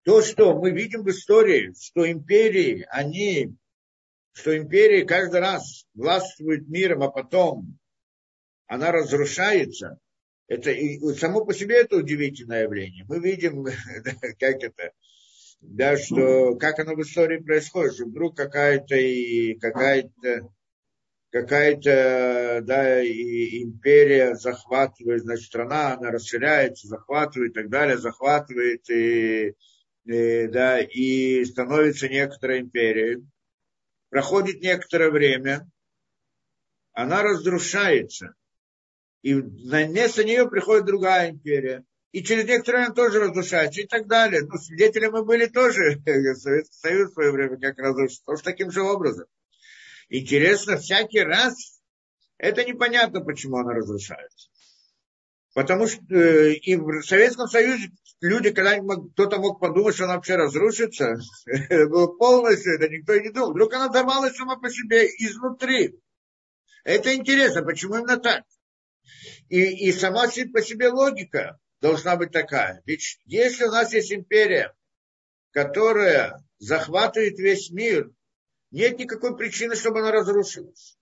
То, что мы видим в истории, что империи, они, что империи каждый раз властвуют миром, а потом она разрушается, это и само по себе это удивительное явление. Мы видим, как это, да, что, как оно в истории происходит, что вдруг какая-то и какая-то какая-то, да, и империя захватывает, значит, страна, она расширяется, захватывает и так далее, захватывает и, и, да, и становится некоторой империей. Проходит некоторое время, она разрушается, и на место нее приходит другая империя. И через некоторое время тоже разрушается, и так далее. Но свидетели мы были тоже, Советский Союз в свое время как разрушился, тоже таким же образом. Интересно, всякий раз это непонятно, почему она разрушается. Потому что э, и в Советском Союзе люди, когда кто-то мог подумать, что она вообще разрушится, это было полностью, это никто и не думал. Вдруг она взорвалась сама по себе изнутри. Это интересно, почему именно так? И, и сама по себе логика должна быть такая. Ведь если у нас есть империя, которая захватывает весь мир, нет никакой причины, чтобы она разрушилась.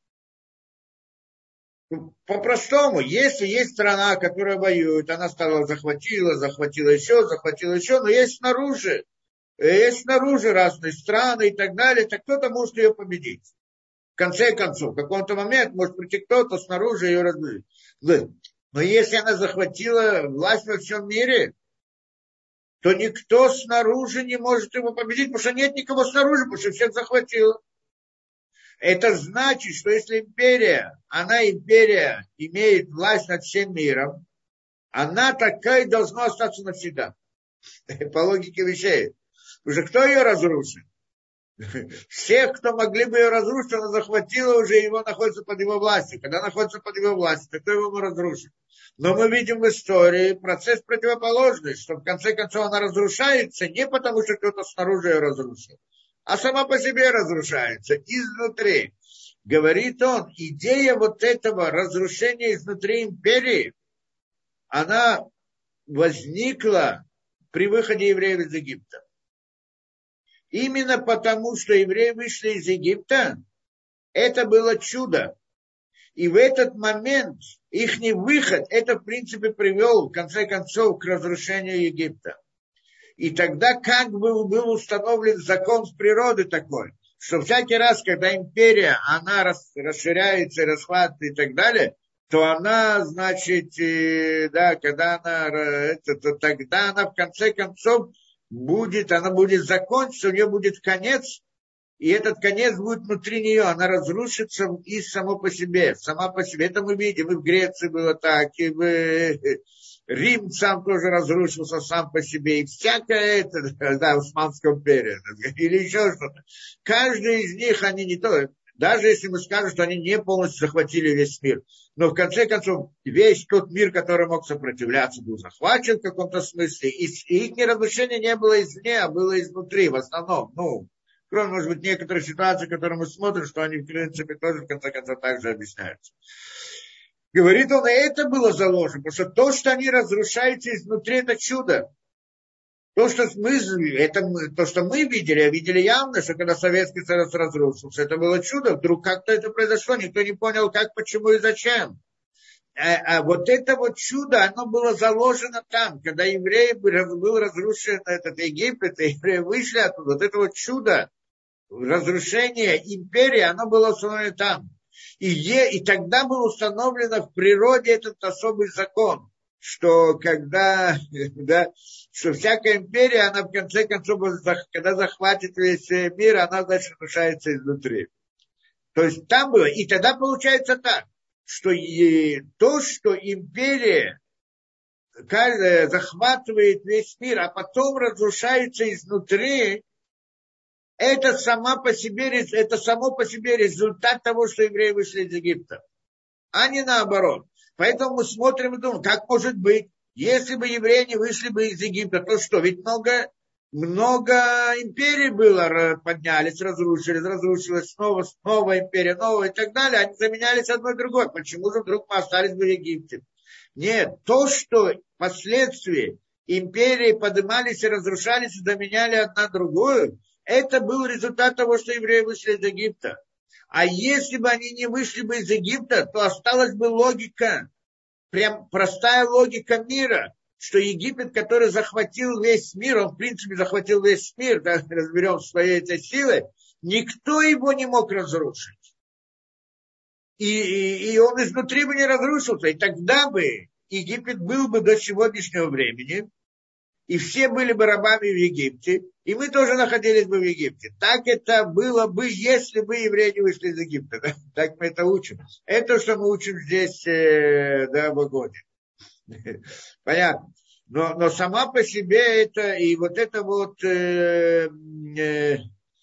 По-простому, если есть страна, которая воюет, она стала, захватила, захватила еще, захватила еще, но есть снаружи, есть снаружи разные страны и так далее, так кто-то может ее победить. В конце концов, в какой-то момент может прийти кто-то снаружи ее разбить. Но если она захватила власть во всем мире, то никто снаружи не может его победить, потому что нет никого снаружи, потому что всех захватило. Это значит, что если империя, она империя, имеет власть над всем миром, она такая должна остаться навсегда. По логике вещей. Уже кто ее разрушит? Всех, кто могли бы ее разрушить, она захватила уже, его находится под его властью. Когда находится под его властью, то кто его разрушит? Но мы видим в истории процесс противоположный, что в конце концов она разрушается не потому, что кто-то снаружи ее разрушил, а сама по себе разрушается изнутри. Говорит он, идея вот этого разрушения изнутри империи, она возникла при выходе евреев из Египта. Именно потому, что евреи вышли из Египта, это было чудо. И в этот момент их выход, это в принципе привел в конце концов к разрушению Египта. И тогда как бы был установлен закон в природе такой, что всякий раз, когда империя, она расширяется, расхватывает и так далее, то она, значит, да, когда она, это, то тогда она в конце концов будет, она будет закончиться, у нее будет конец, и этот конец будет внутри нее, она разрушится и само по себе, сама по себе. Это мы видим, и в Греции было так, и в Рим сам тоже разрушился сам по себе, и всякое это, да, Османская империя, или еще что-то. Каждый из них, они не то, даже если мы скажем, что они не полностью захватили весь мир, но в конце концов весь тот мир, который мог сопротивляться, был захвачен в каком-то смысле, и, и их разрушение не было извне, а было изнутри, в основном, ну, кроме, может быть, некоторых ситуаций, которые мы смотрим, что они, в принципе, тоже, в конце концов, так же объясняются. Говорит он, и это было заложено, потому что то, что они разрушаются изнутри, это чудо. То, что мы, это, то, что мы видели, а видели явно, что когда Советский Союз разрушился, это было чудо. Вдруг как-то это произошло, никто не понял, как, почему и зачем. А, а вот это вот чудо, оно было заложено там, когда евреи был разрушен этот Египет, и евреи вышли оттуда. Вот это вот чудо, разрушение империи, оно было установлено там. И, е, и тогда было установлено в природе этот особый закон, что когда, да, что всякая империя, она в конце концов, когда захватит весь мир, она, значит, разрушается изнутри. То есть там было, и тогда получается так, что и, то, что империя захватывает весь мир, а потом разрушается изнутри, это, сама по себе, это само по себе результат того, что евреи вышли из Египта, а не наоборот. Поэтому мы смотрим и думаем, как может быть, если бы евреи не вышли бы из Египта, то что, ведь много, много империй было, поднялись, разрушились, разрушилась снова, снова империя, новая и так далее, они заменялись одной другой. Почему же вдруг мы остались бы в Египте? Нет, то, что последствия империи поднимались и разрушались, и доменяли одна другую, это был результат того, что евреи вышли из Египта. А если бы они не вышли бы из Египта, то осталась бы логика, прям простая логика мира, что Египет, который захватил весь мир, он в принципе захватил весь мир, да, разберем своей этой силой, никто его не мог разрушить. И, и, и он изнутри бы не разрушился, и тогда бы Египет был бы до сегодняшнего времени, и все были бы рабами в Египте, и мы тоже находились бы в Египте. Так это было бы, если бы евреи не вышли из Египта. Да? Так мы это учим. Это, что мы учим здесь, э, да, в Агоне. Понятно. Но, но сама по себе это, и вот это вот, э, э,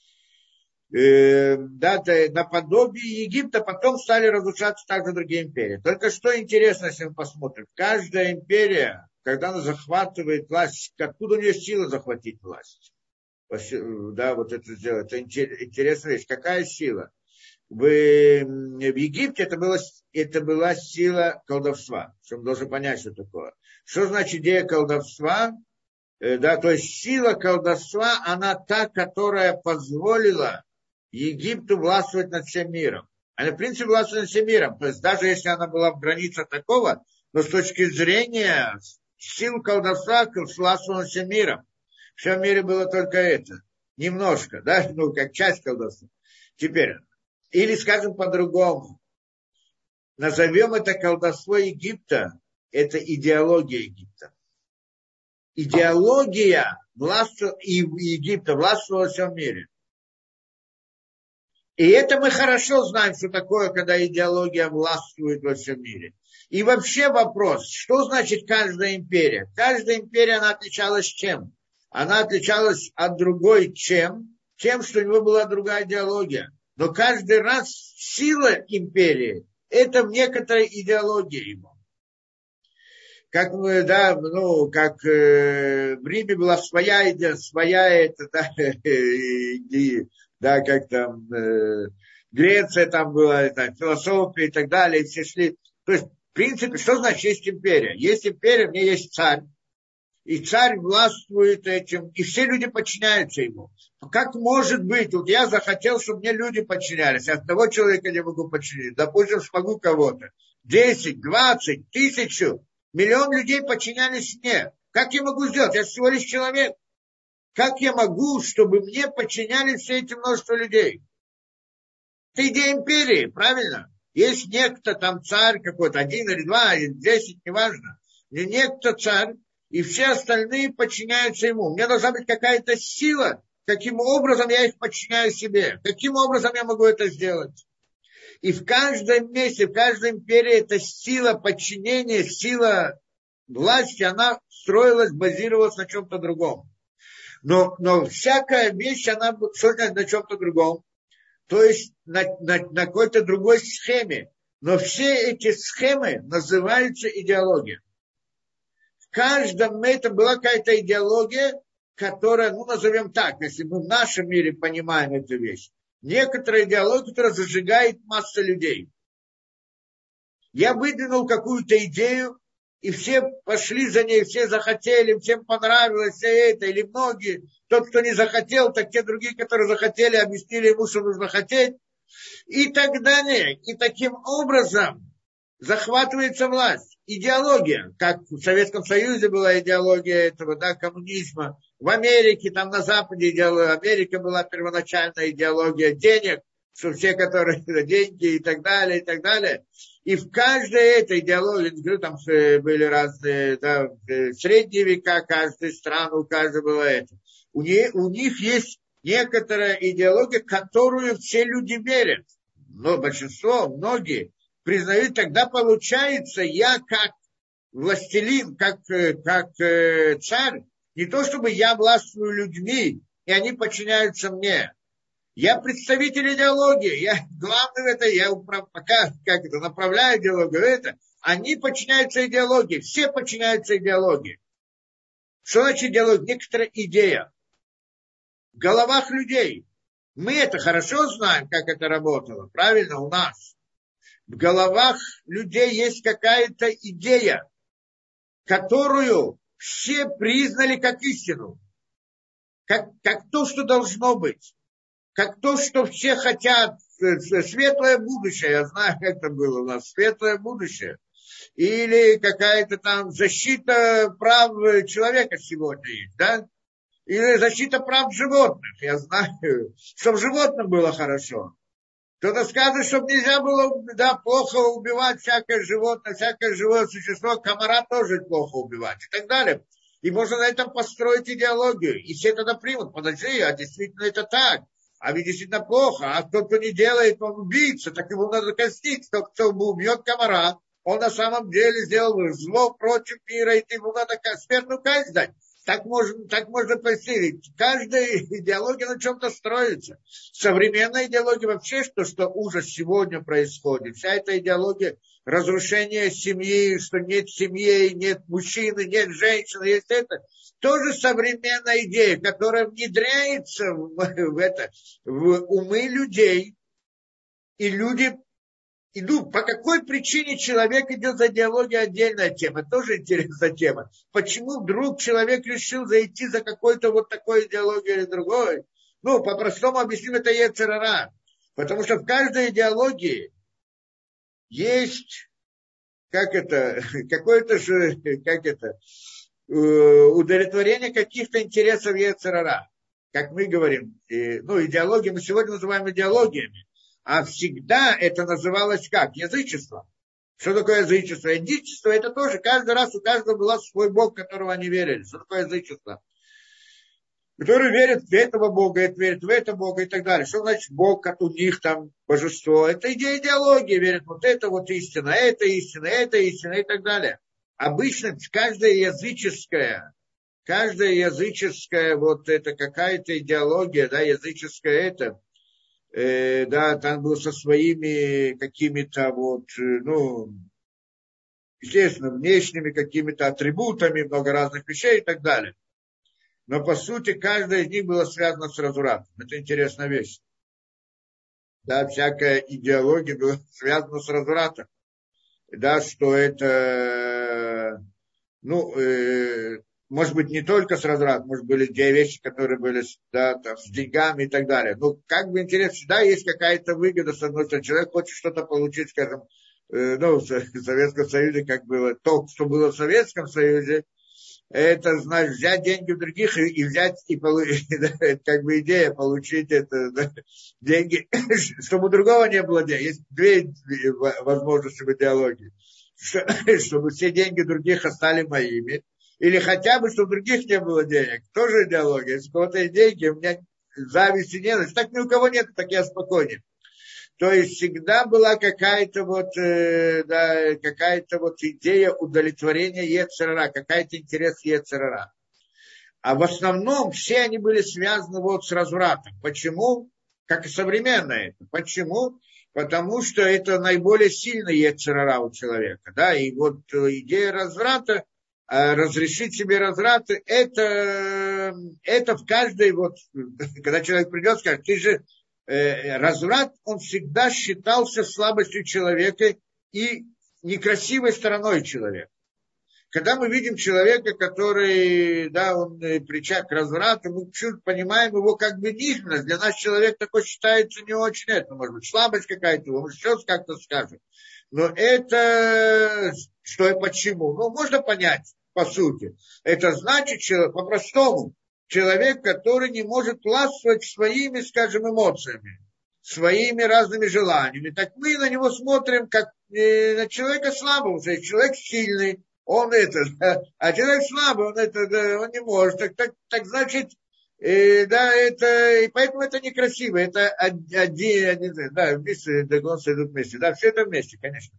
э, да, наподобие Египта, потом стали разрушаться также другие империи. Только что интересно, если мы посмотрим, каждая империя, когда она захватывает власть, откуда у нее сила захватить власть? Да, вот это сделать. Это интересная вещь. Какая сила? В, в Египте это, было, это была сила колдовства. Что мы должны понять, что такое. Что значит идея колдовства? Да, то есть сила колдовства, она та, которая позволила Египту властвовать над всем миром. Она, в принципе, властвует над всем миром. То есть даже если она была в границах такого, но с точки зрения сил колдовства властвовала над всем миром. В всем мире было только это. Немножко, да, ну, как часть колдовства. Теперь, или скажем по-другому, назовем это колдовство Египта, это идеология Египта. Идеология властвовала, Египта властвовала во всем мире. И это мы хорошо знаем, что такое, когда идеология властвует во всем мире. И вообще вопрос, что значит каждая империя? Каждая империя, она отличалась чем? Она отличалась от другой чем? Тем, что у него была другая идеология. Но каждый раз сила империи – это в некоторой идеологии его. Как мы, да, ну, как э, в Риме была своя идея, своя это, да, и, да, как там, э, Греция там была, это, философия и так далее, и все шли. То есть, в принципе, что значит есть империя? Есть империя, в ней есть царь. И царь властвует этим, и все люди подчиняются ему. Как может быть, вот я захотел, чтобы мне люди подчинялись, я одного человека не могу подчинить, допустим, смогу кого-то. Десять, двадцать, тысячу, миллион людей подчинялись мне. Как я могу сделать? Я всего лишь человек. Как я могу, чтобы мне подчинялись все эти множество людей? Это идея империи, правильно? Есть некто там царь какой-то, один или два, или десять, неважно. Не некто царь, и все остальные подчиняются ему. У меня должна быть какая-то сила, каким образом я их подчиняю себе. Каким образом я могу это сделать? И в каждом месте, в каждой империи эта сила подчинения, сила власти, она строилась, базировалась на чем-то другом. Но, но всякая вещь, она строилась на чем-то другом. То есть на, на, на какой-то другой схеме. Но все эти схемы называются идеологией. В каждом этом была какая-то идеология, которая, ну, назовем так, если мы в нашем мире понимаем эту вещь. Некоторая идеология, которая зажигает массу людей. Я выдвинул какую-то идею, и все пошли за ней, все захотели, всем понравилось все это, или многие. Тот, кто не захотел, так те другие, которые захотели, объяснили ему, что нужно хотеть. И так далее. И таким образом захватывается власть. Идеология, как в Советском Союзе была идеология этого, да, коммунизма. В Америке, там на Западе идеология. Америка была первоначальная идеология денег, что все, которые деньги и так далее, и так далее. И в каждой этой идеологии, говорю, там были разные, да, в средние века, каждая страна, у каждой было это. У них, у них есть некоторая идеология, которую все люди верят. Но большинство, многие признают, тогда получается, я как властелин, как, как э, царь, не то чтобы я властвую людьми, и они подчиняются мне. Я представитель идеологии, я главный в этом, я пока как это, направляю идеологию, это, они подчиняются идеологии, все подчиняются идеологии. Что значит идеология? Некоторая идея в головах людей. Мы это хорошо знаем, как это работало, правильно, у нас. В головах людей есть какая-то идея, которую все признали как истину, как, как то, что должно быть, как то, что все хотят, светлое будущее, я знаю, как это было у нас, светлое будущее, или какая-то там защита прав человека сегодня есть, да, или защита прав животных, я знаю, чтобы животным было хорошо. Кто-то скажет, чтобы нельзя было, да, плохо убивать всякое животное, всякое живое существо, комара тоже плохо убивать и так далее. И можно на этом построить идеологию. И все тогда примут, подожди, а действительно это так. А ведь действительно плохо. А кто, кто не делает, он убийца, так его надо казнить. Кто, кто убьет комара, он на самом деле сделал зло против мира, и ему надо смертную казнь дать. Так можно, так можно посилить. Каждая идеология на чем-то строится. Современная идеология вообще, что, что ужас сегодня происходит. Вся эта идеология разрушения семьи, что нет семьи, нет мужчины, нет женщины, есть это. Тоже современная идея, которая внедряется в, в, это, в умы людей. И люди идут. По какой причине человек идет за идеологию, отдельная тема. Тоже интересная тема. Почему вдруг человек решил зайти за какой-то вот такой идеологией или другой? Ну, по-простому объясним, это йецер ара. Потому что в каждой идеологии есть, как это, какое-то же, как это, удовлетворение каких-то интересов йецер ара. Как мы говорим, ну, идеологии мы сегодня называем идеологиями. А всегда это называлось как? Язычество. Что такое язычество? Язычество это тоже, каждый раз у каждого был свой бог, в которого они верили. Что такое язычество? Который верит в этого бога, это верит в этого бога и так далее. Что значит бог, как у них там божество? Это идея идеологии, верит вот это вот истина, это истина, это истина и так далее. Обычно каждая языческая, каждая языческая вот это какая-то идеология, да, языческая это, Э, да, там был со своими какими-то вот, ну, естественно, внешними какими-то атрибутами, много разных вещей и так далее. Но, по сути, каждая из них была связана с развратом. Это интересная вещь. Да, всякая идеология была связана с развратом. Да, что это, ну, э, может быть, не только с развратом, может, были те вещи, которые были, да, там, с деньгами и так далее. Ну, как бы интересно, всегда есть какая-то выгода, с одной стороны, человек хочет что-то получить, скажем, э, ну, в Советском Союзе, как было, то, что было в Советском Союзе, это, значит, взять деньги у других и, и взять, и получить, да, это как бы идея, получить это, да, деньги, чтобы у другого не было денег. Есть две возможности в идеологии. Чтобы все деньги других остались моими, или хотя бы, чтобы у других не было денег. Тоже идеология. Если у кого-то есть деньги, у меня зависти нет. Так ни у кого нет, так я спокойнее. То есть всегда была какая-то вот, э, да, какая-то вот идея удовлетворения йецер ара, какая-то интерес йецер ара. А в основном все они были связаны вот с развратом. Почему? Как и современное это. Почему? Потому что это наиболее сильный йецер ара у человека. Да? И вот идея разврата, разрешить себе разврат, это, это в каждой, вот, когда человек придет, скажет, ты же, э, разврат, он всегда считался слабостью человека и некрасивой стороной человека. Когда мы видим человека, который, да, он причастен к разврату, мы чуть понимаем его как бы низменность. Для нас человек такой считается не очень, это может быть слабость какая-то, он еще как-то скажет. Но это, что и почему, ну, можно понять. По сути, это значит, по-простому, человек, который не может властвовать своими, скажем, эмоциями, своими разными желаниями. Так мы на него смотрим, как на человека слабого. Человек сильный, он это, а человек слабый, он это, он не может. Так, так, так значит, э, да, это, и поэтому это некрасиво. Это один, один, да, вместе, догонцы идут вместе. Да, все это вместе, конечно.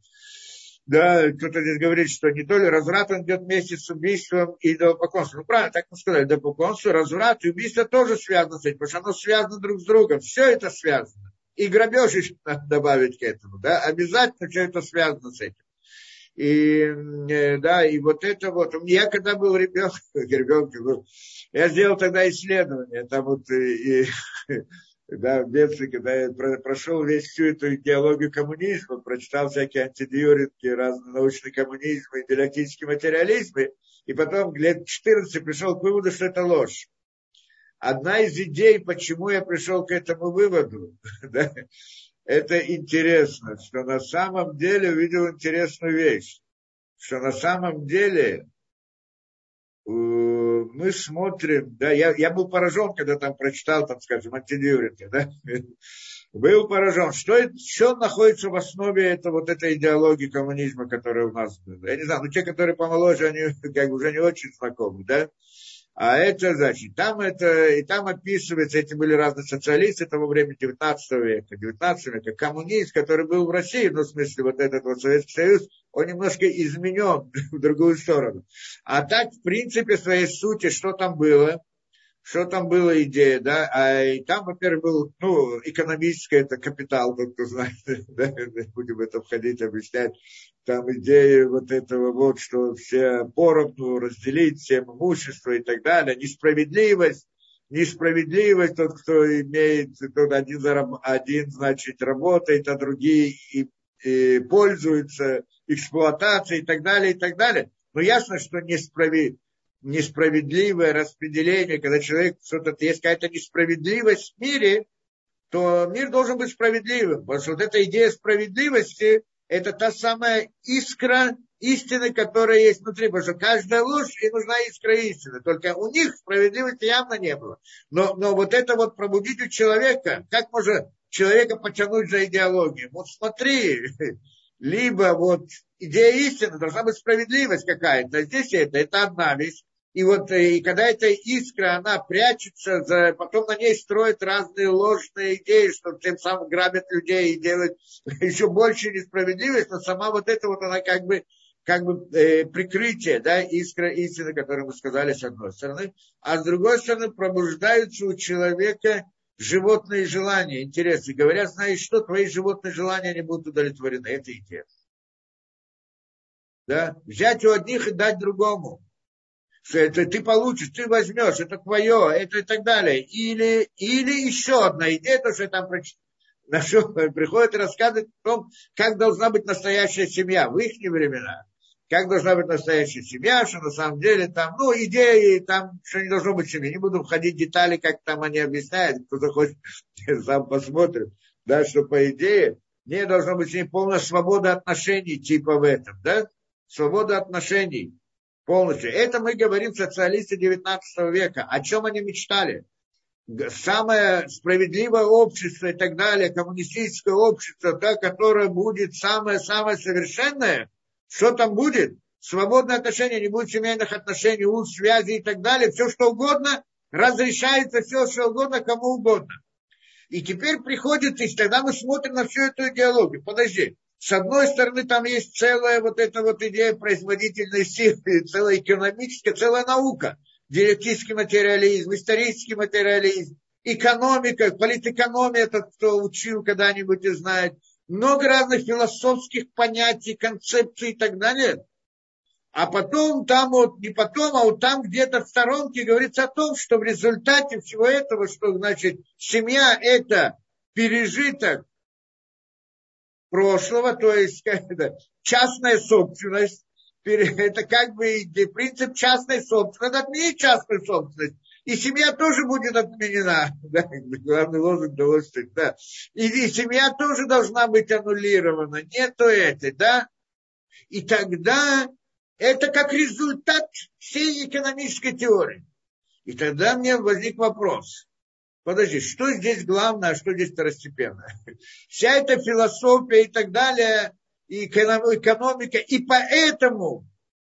Да, кто-то здесь говорит, что не только разврат, он идет вместе с убийством и идолопоклонством. Ну, правильно, так мы сказали, идолопоклонство, разврат и убийство тоже связано с этим, потому что оно связано друг с другом. Все это связано. И грабеж еще надо добавить к этому, да, обязательно все это связано с этим. И, да, и вот это вот, я когда был ребенком, ребенком я сделал тогда исследование, там вот, и, да, в детстве, когда я прошел весь всю эту идеологию коммунизма, прочитал всякие антидиуринги, разные научный коммунизм и диалектический материализм, и потом лет четырнадцать пришел к выводу, что это ложь. Одна из идей, почему я пришел к этому выводу, да, это интересно, что на самом деле увидел интересную вещь, что на самом деле мы смотрим, да, я, я был поражен, когда там прочитал, там, скажем, антидиуринга, да, был поражен, что, что находится в основе этого, вот этой идеологии коммунизма, которая у нас была. Я не знаю, ну те, которые помоложе, они как бы уже не очень знакомы, да. А это, значит, там это, и там описывается, эти были разные социалисты того времени, девятнадцатого века, девятнадцатого века, коммунист, который был в России, ну, в смысле, вот этот вот Советский Союз, он немножко изменен в другую сторону. А так, в принципе, своей сути, что там было, что там была идея, да, а и там, во-первых, был, ну, экономический, это капитал, тот, кто знает, да, не будем это входить, объяснять, там идея вот этого вот, что все поровну разделить всем имущество и так далее, несправедливость, несправедливость, тот, кто имеет, тот один, зараб, один значит, работает, а другие и, и пользуются эксплуатацией и так далее, и так далее. Но ясно, что несправедливость, несправедливое распределение, когда человек, что-то, есть какая-то несправедливость в мире, то мир должен быть справедливым. Потому что вот эта идея справедливости, это та самая искра истины, которая есть внутри. Потому что каждая ложь, ей нужна искра истины. Только у них справедливости явно не было. Но, но вот это вот пробудить у человека, как можно человека потянуть за идеологию? Вот смотри, либо вот идея истины, должна быть справедливость какая-то. А здесь это, это одна вещь. И вот и когда эта искра, она прячется, за, потом на ней строят разные ложные идеи, что тем самым грабят людей и делают еще больше несправедливость, но сама вот эта вот она как бы, как бы э, прикрытие, да, искра истины, которую мы сказали с одной стороны, а с другой стороны пробуждаются у человека животные желания, интересы. Говорят, знаешь что, твои животные желания не будут удовлетворены. Это идея. Да? Взять у одних и дать другому. Что это ты получишь, ты возьмешь, это твое, это и так далее. Или, или еще одна идея, то, что я там нашел, приходит и рассказывает о том, как должна быть настоящая семья в их времена. Как должна быть настоящая семья, что на самом деле там, ну, идеи, там, что не должно быть семьи. Не буду входить в детали, как там они объясняют, кто захочет, сам посмотрит. Да, что по идее, не должно быть семьи, полная свобода отношений, типа в этом, да? Свобода отношений. Полностью. Это мы говорим социалисты девятнадцатого века. О чем они мечтали? Самое справедливое общество и так далее, коммунистическое общество, да, которое будет самое-самое совершенное. Что там будет? Свободное отношение, не будет семейных отношений, уз, связи и так далее. Все что угодно, разрешается все что угодно, кому угодно. И теперь приходит, и тогда мы смотрим на всю эту идеологию. Подожди. С одной стороны, там есть целая вот эта вот идея производительной силы, целая экономическая, целая наука. Диалектический материализм, исторический материализм, экономика, политэкономия, тот, кто учил когда-нибудь и знает. Много разных философских понятий, концепций и так далее. А потом там вот, не потом, а вот там где-то в сторонке говорится о том, что в результате всего этого, что значит семья это пережиток прошлого, то есть это, частная собственность, это как бы принцип частной собственности, отменить частную собственность, и семья тоже будет отменена, да, главный лозунг довольствия, да, и, и семья тоже должна быть аннулирована, нету этой, да, и тогда это как результат всей экономической теории. И тогда мне возник вопрос. Подожди, что здесь главное, а что здесь второстепенное? Вся эта философия и так далее, и экономика, и поэтому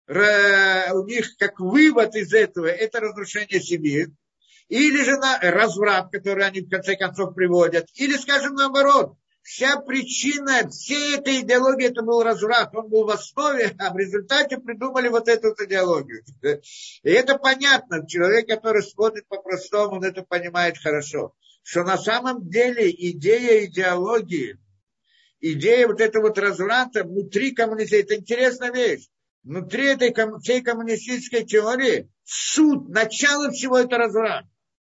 у них как вывод из этого, это разрушение семьи, или же на разврат, который они в конце концов приводят, или, скажем, наоборот, вся причина всей этой идеологии, это был разврат, он был в основе, а в результате придумали вот эту вот идеологию. И это понятно, человек, который смотрит по-простому, он это понимает хорошо, что на самом деле идея идеологии, идея вот этого вот разврата внутри коммунизма, это интересная вещь. Внутри этой всей коммунистической теории суть, начало всего это разврат.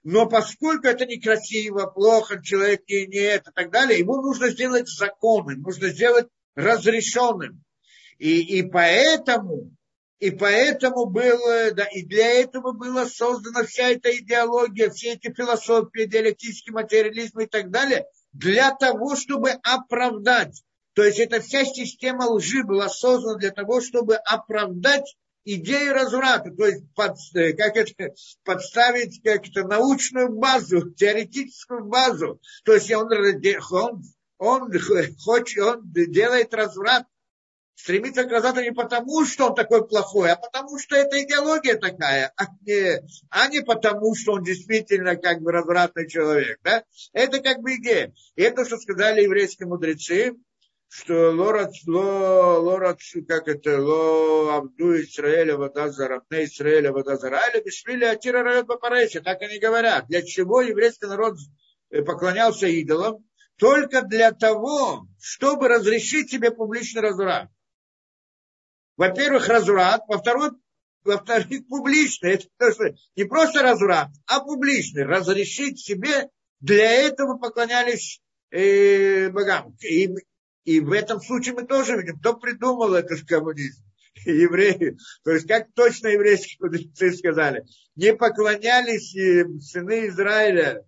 Но поскольку это некрасиво, плохо, человек не, не это и так далее, его нужно сделать законным, нужно сделать разрешенным. И, и поэтому, и поэтому было, да, и для этого была создана вся эта идеология, все эти философии, диалектический материализм и так далее, для того, чтобы оправдать. То есть эта вся система лжи была создана для того, чтобы оправдать идею разврата, то есть под, как это, подставить как это, научную базу, теоретическую базу. То есть он, он, он, хочет, он делает разврат, стремится к разврату не потому, что он такой плохой, а потому, что это идеология такая, а не, а не потому, что он действительно как бы развратный человек. Да? Это как бы идея. И это, что сказали еврейские мудрецы, что лорат, ло, лорат, как это, ло абду Исраэля вода зара, пне Исраэля вода зара, или бешвили атира райот бапарейся, так они говорят. Для чего еврейский народ поклонялся идолам? Только для того, чтобы разрешить себе публичный разврат. Во-первых, разврат, во-вторых, во-вторых, публичный. Это то, что не просто разврат, а публичный. Разрешить себе, для этого поклонялись э, богам. И, и в этом случае мы тоже видим, кто придумал этот коммунизм. Евреи. То есть, как точно еврейские мудрецы сказали, не поклонялись сыны Израиля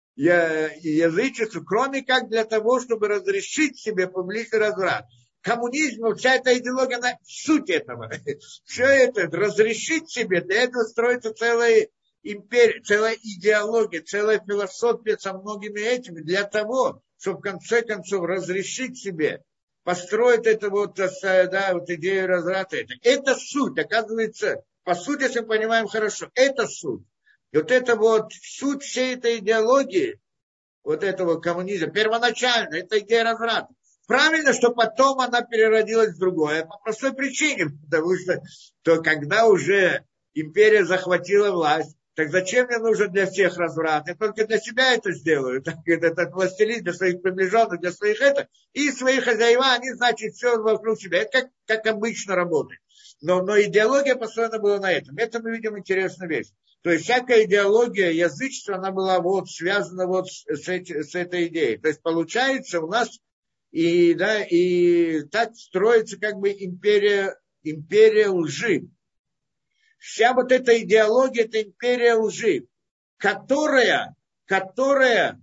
язычеству, кроме как для того, чтобы разрешить себе публичный разврат. Коммунизм, вся эта идеология, она суть этого. Все это разрешить себе, для этого строится целая империя, целая идеология, целая философия со многими этими, для того, чтобы в конце концов разрешить себе, построить эту вот, да, вот идею разврата. Это, это суть, оказывается, по сути, если мы понимаем хорошо, это суть. И вот это вот суть всей этой идеологии, вот этого коммунизма, первоначально, это идея разврата. Правильно, что потом она переродилась в другое, по простой причине, потому что то, когда уже империя захватила власть, так зачем мне нужно для всех разврат? Я только для себя это сделаю. Так, это, это властелин для своих приближенных, для своих это. И свои хозяева, они, значит, все вокруг себя. Это как, как обычно работает. Но, но идеология постоянно была на этом. Это мы видим интересную вещь. То есть всякая идеология язычества, она была вот связана вот с, с, эти, с этой идеей. То есть получается у нас и, да, и так строится как бы империя, империя лжи. Вся вот эта идеология, это империя лжи, которая, которая,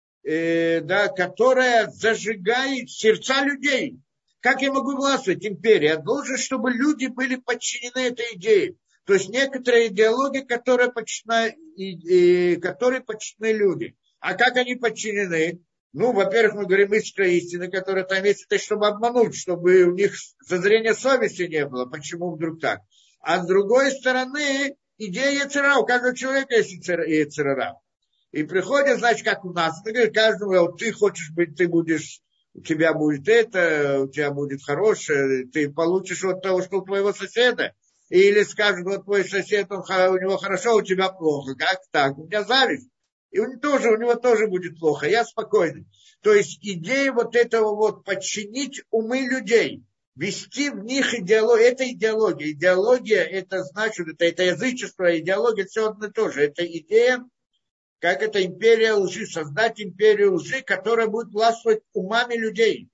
э, да, которая зажигает сердца людей. Как я могу властвовать империей? Я должен, чтобы люди были подчинены этой идее. То есть некоторая идеология, которая подчинена, и, и, которой подчинены люди. А как они подчинены? Ну, во-первых, мы говорим искра истины, которая там есть, это чтобы обмануть, чтобы у них зазрения совести не было. Почему вдруг так? А с другой стороны, идея яцера, у каждого человека есть яцера. И приходят, значит, как у нас, ты говоришь, каждому, вот ты хочешь быть, ты будешь, у тебя будет это, у тебя будет хорошее, ты получишь от того, что у твоего соседа. Или скажут, вот твой сосед, он, у него хорошо, у тебя плохо. Как так? У меня зависть. И у него тоже, у него тоже будет плохо. Я спокойный. То есть идея вот этого вот подчинить умы людей, вести в них идеологию. Это идеология. Идеология, это значит, это, это язычество, идеология, все одно и то же. Это идея, как это империя лжи, создать империю лжи, которая будет властвовать умами людей.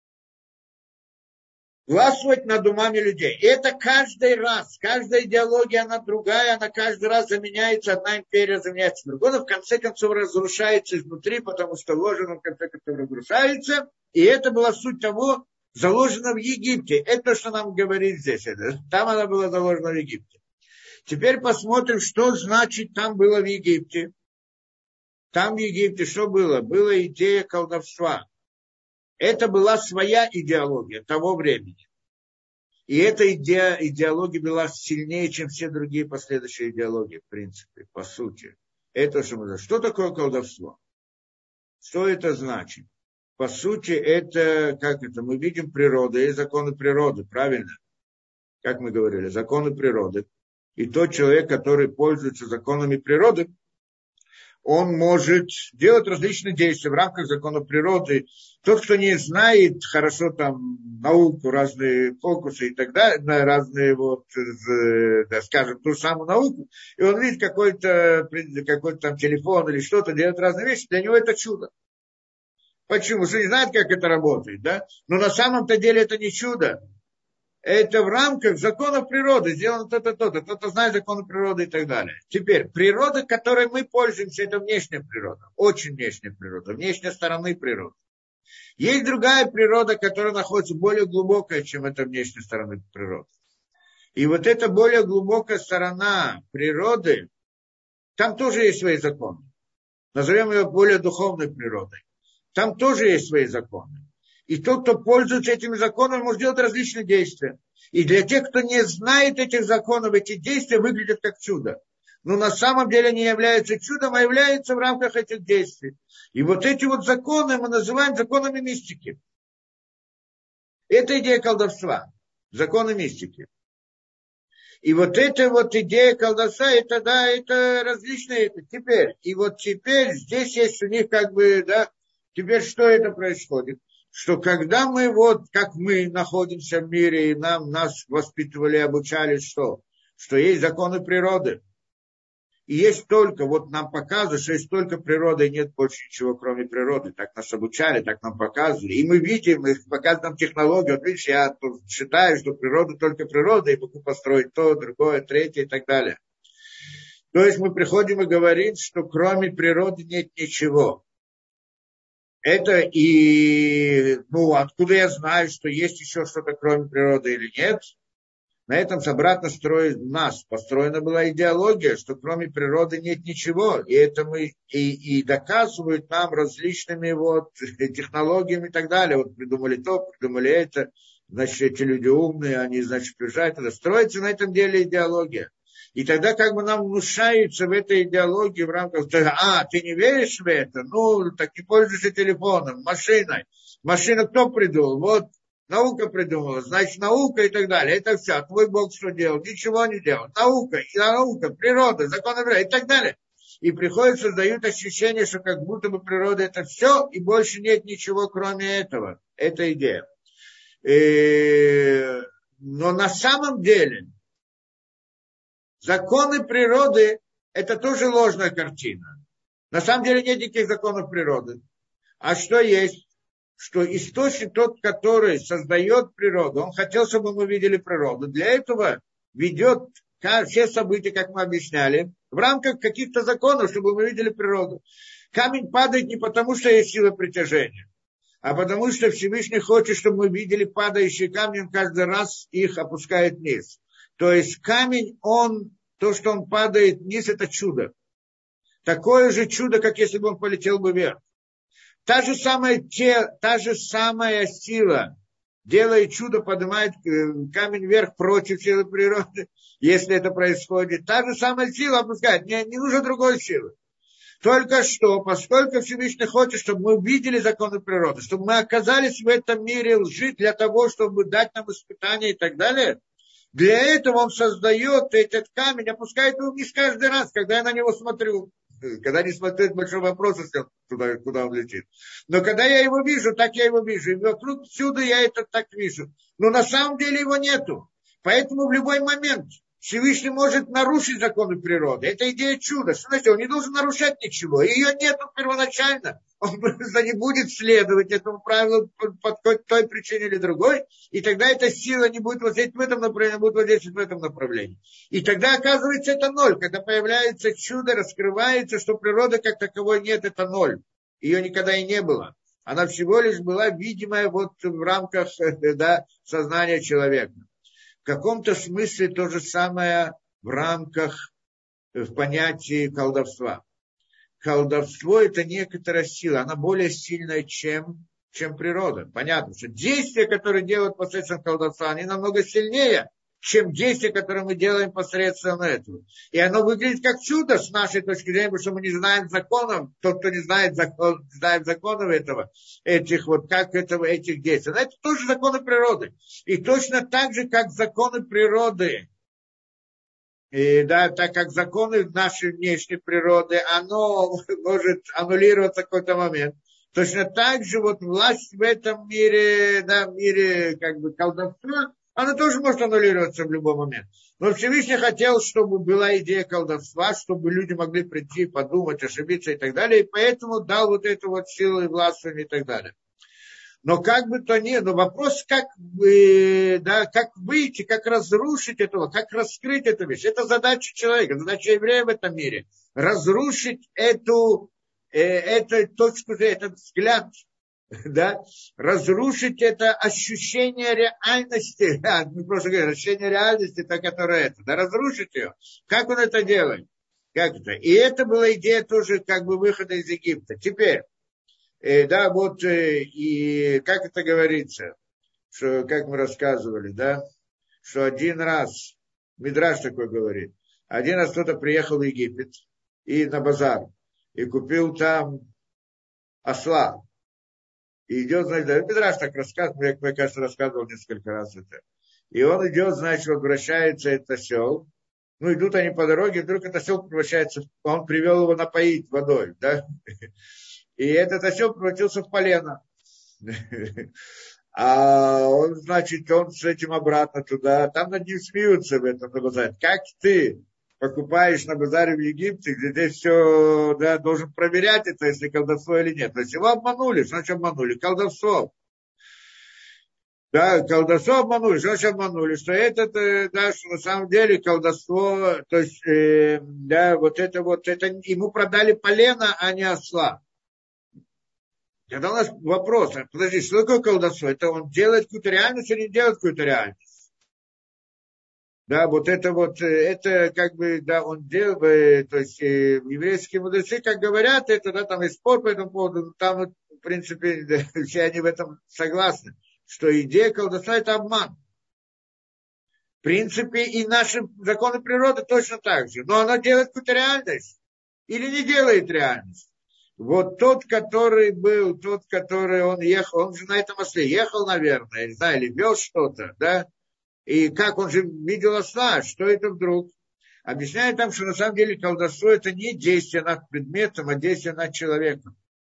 Властвовать над умами людей. И это каждый раз, каждая идеология, она другая, она каждый раз заменяется, одна империя заменяется другой, но в конце концов разрушается изнутри, потому что ложь в конце концов разрушается. И это была суть того, заложено в Египте. Это что нам говорит здесь. Это. Там она была заложена в Египте. Теперь посмотрим, что значит там было в Египте. Там в Египте что было? Была идея колдовства. Это была своя идеология того времени. И эта идея, идеология была сильнее, чем все другие последующие идеологии, в принципе, по сути. Это что мы знаем. Что такое колдовство? Что это значит? По сути, это, как это, мы видим природу, есть законы природы, правильно? Как мы говорили, законы природы. И тот человек, который пользуется законами природы, он может делать различные действия в рамках закона природы. Тот, кто не знает хорошо там науку, разные фокусы и так далее, разные вот, да, скажем, ту же самую науку, и он видит какой-то, какой-то там телефон или что-то, делает разные вещи, для него это чудо. Почему? Что не знает, как это работает, да? Но на самом-то деле это не чудо. Это в рамках законов природы, сделано то-то, то-то, кто-то знает законы природы и так далее. Теперь, природа, которой мы пользуемся, это внешняя природа, очень внешняя природа, внешняя сторона природы. Есть другая природа, которая находится более глубокая, чем эта внешняя сторона природы. И вот эта более глубокая сторона природы, там тоже есть свои законы. Назовем ее более духовной природой. Там тоже есть свои законы. И тот, кто пользуется этими законами, может делать различные действия. И для тех, кто не знает этих законов, эти действия выглядят как чудо. Но на самом деле не являются чудом, а являются в рамках этих действий. И вот эти вот законы мы называем законами мистики. Это идея колдовства. Законы мистики. И вот эта вот идея колдовства, это, да, это различные. Теперь, и вот теперь здесь есть у них как бы, да, теперь что это происходит? Что когда мы вот, как мы находимся в мире, и нам, нас воспитывали, обучали, что? Что есть законы природы. И есть только, вот нам показывают, что есть только природа, и нет больше ничего, кроме природы. Так нас обучали, так нам показывали. И мы видим, их показывают нам технологию. Вот видишь, я считаю, что природа только природа, и могу построить то, другое, третье и так далее. То есть мы приходим и говорим, что кроме природы нет ничего. Это и, ну, откуда я знаю, что есть еще что-то кроме природы или нет? На этом обратно строит нас. Построена была идеология, что кроме природы нет ничего. И это мы и, и доказывают нам различными вот технологиями и так далее. Вот придумали то, придумали это. Значит, эти люди умные, они, значит, приезжают. Это строится на этом деле идеология. И тогда как бы нам внушается в этой идеологии в рамках, а, ты не веришь в это? Ну, так не пользуйся телефоном, машиной. Машина кто придумал? Вот наука придумала, значит, наука и так далее. Это все. А твой Бог что делал? Ничего не делал. Наука, и наука, природа, законы природы и так далее. И приходят, создают ощущение, что как будто бы природа это все, и больше нет ничего, кроме этого. Это идея. И... Но на самом деле законы природы – это тоже ложная картина. На самом деле нет никаких законов природы. А что есть? Что источник тот, который создает природу, он хотел, чтобы мы видели природу. Для этого ведет все события, как мы объясняли, в рамках каких-то законов, чтобы мы видели природу. Камень падает не потому, что есть сила притяжения, а потому что Всевышний хочет, чтобы мы видели падающие камни, он каждый раз их опускает вниз. То есть камень, он, то, что он падает вниз, это чудо. Такое же чудо, как если бы он полетел бы вверх. Та же самая, те, та же самая сила делает чудо, поднимает камень вверх против силы природы, если это происходит. Та же самая сила опускает, не, не нужно другой силы. Только что, поскольку Всевышний хочет, чтобы мы увидели законы природы, чтобы мы оказались в этом мире лжи для того, чтобы дать нам испытания и так далее, для этого он создает этот камень, опускает его вниз каждый раз, когда я на него смотрю. Когда не смотреть, большой вопрос, туда, куда он летит. Но когда я его вижу, так я его вижу. И вокруг всюду я это так вижу. Но на самом деле его нету. Поэтому в любой момент Всевышний может нарушить законы природы. Это идея чуда. Смотрите, он не должен нарушать ничего. Ее нету первоначально. Он просто не будет следовать этому правилу по той причине или другой. И тогда эта сила не будет воздействовать в этом направлении, будет воздействовать в этом направлении. И тогда оказывается это ноль. Когда появляется чудо, раскрывается, что природы как таковой нет, это ноль. Ее никогда и не было. Она всего лишь была видимая вот в рамках, да, сознания человека. В каком-то смысле то же самое в рамках, в понятии колдовства. Колдовство – это некоторая сила, она более сильная, чем, чем природа. Понятно, что действия, которые делают посредством колдовства, они намного сильнее, чем действия, которые мы делаем посредством этого. И оно выглядит как чудо с нашей точки зрения, потому что мы не знаем законов. Тот, кто не знает, закон, знает законов этого, этих вот, как этого, этих действий. Но это тоже законы природы. И точно так же, как законы природы И, да, так как законы нашей внешней природы, оно может аннулироваться в какой-то момент. Точно так же вот власть в этом мире, да, в мире как бы колдовства, она тоже может аннулироваться в любой момент. Но Всевышний хотел, чтобы была идея колдовства, чтобы люди могли прийти, подумать, ошибиться и так далее. И поэтому дал вот эту вот силу и власть и так далее. Но как бы то ни было, вопрос, как, э, да, как выйти, как разрушить этого, как раскрыть эту вещь. Это задача человека, задача еврея в этом мире. Разрушить эту, э, эту точку зрения, этот взгляд, да, разрушить это ощущение реальности, да, мы просто говорим, ощущение реальности, то, которое это, да, разрушить ее. Как он это делает? Как это? И это была идея тоже как бы выхода из Египта. Теперь, Э, да, вот, э, и как это говорится, что, как мы рассказывали, да, что один раз, Мидраш такой говорит, один раз кто-то приехал в Египет и на базар, и купил там осла. И идет, значит, да, Мидраш так рассказывал, я, кажется, рассказывал несколько раз это. И он идет, значит, возвращается этот осел. Ну, идут они по дороге, вдруг этот осел превращается, он привел его напоить водой, да. И этот осел превратился в полено. А он, значит, он с этим обратно туда. Там над ним смеются в этом на базаре. Как ты покупаешь на базаре в Египте, где ты все, да, должен проверять это, если колдовство или нет. То есть его обманули. Что значит обманули? Колдовство. Да, колдовство обманули. Что значит обманули? Что это, да, что на самом деле колдовство, то есть, э, да, вот это вот, это ему продали полено, а не осла. Тогда у нас вопрос, подожди, что такое колдовство? Это он делает какую-то реальность или не делает какую-то реальность? Да, вот это вот, это как бы, да, он делает, то есть э, еврейские мудрецы, как говорят, это, да, там и спор по этому поводу, там, в принципе, да, все они в этом согласны, что идея колдовства – это обман. В принципе, и наши законы природы точно так же. Но она делает какую-то реальность или не делает реальность. Вот тот, который был, тот, который он ехал, он же на этом осле ехал, наверное, я не знаю, или вез что-то, да, и как он же видел осла, что это вдруг? Объясняет там, что на самом деле колдовство это не действие над предметом, а действие над человеком.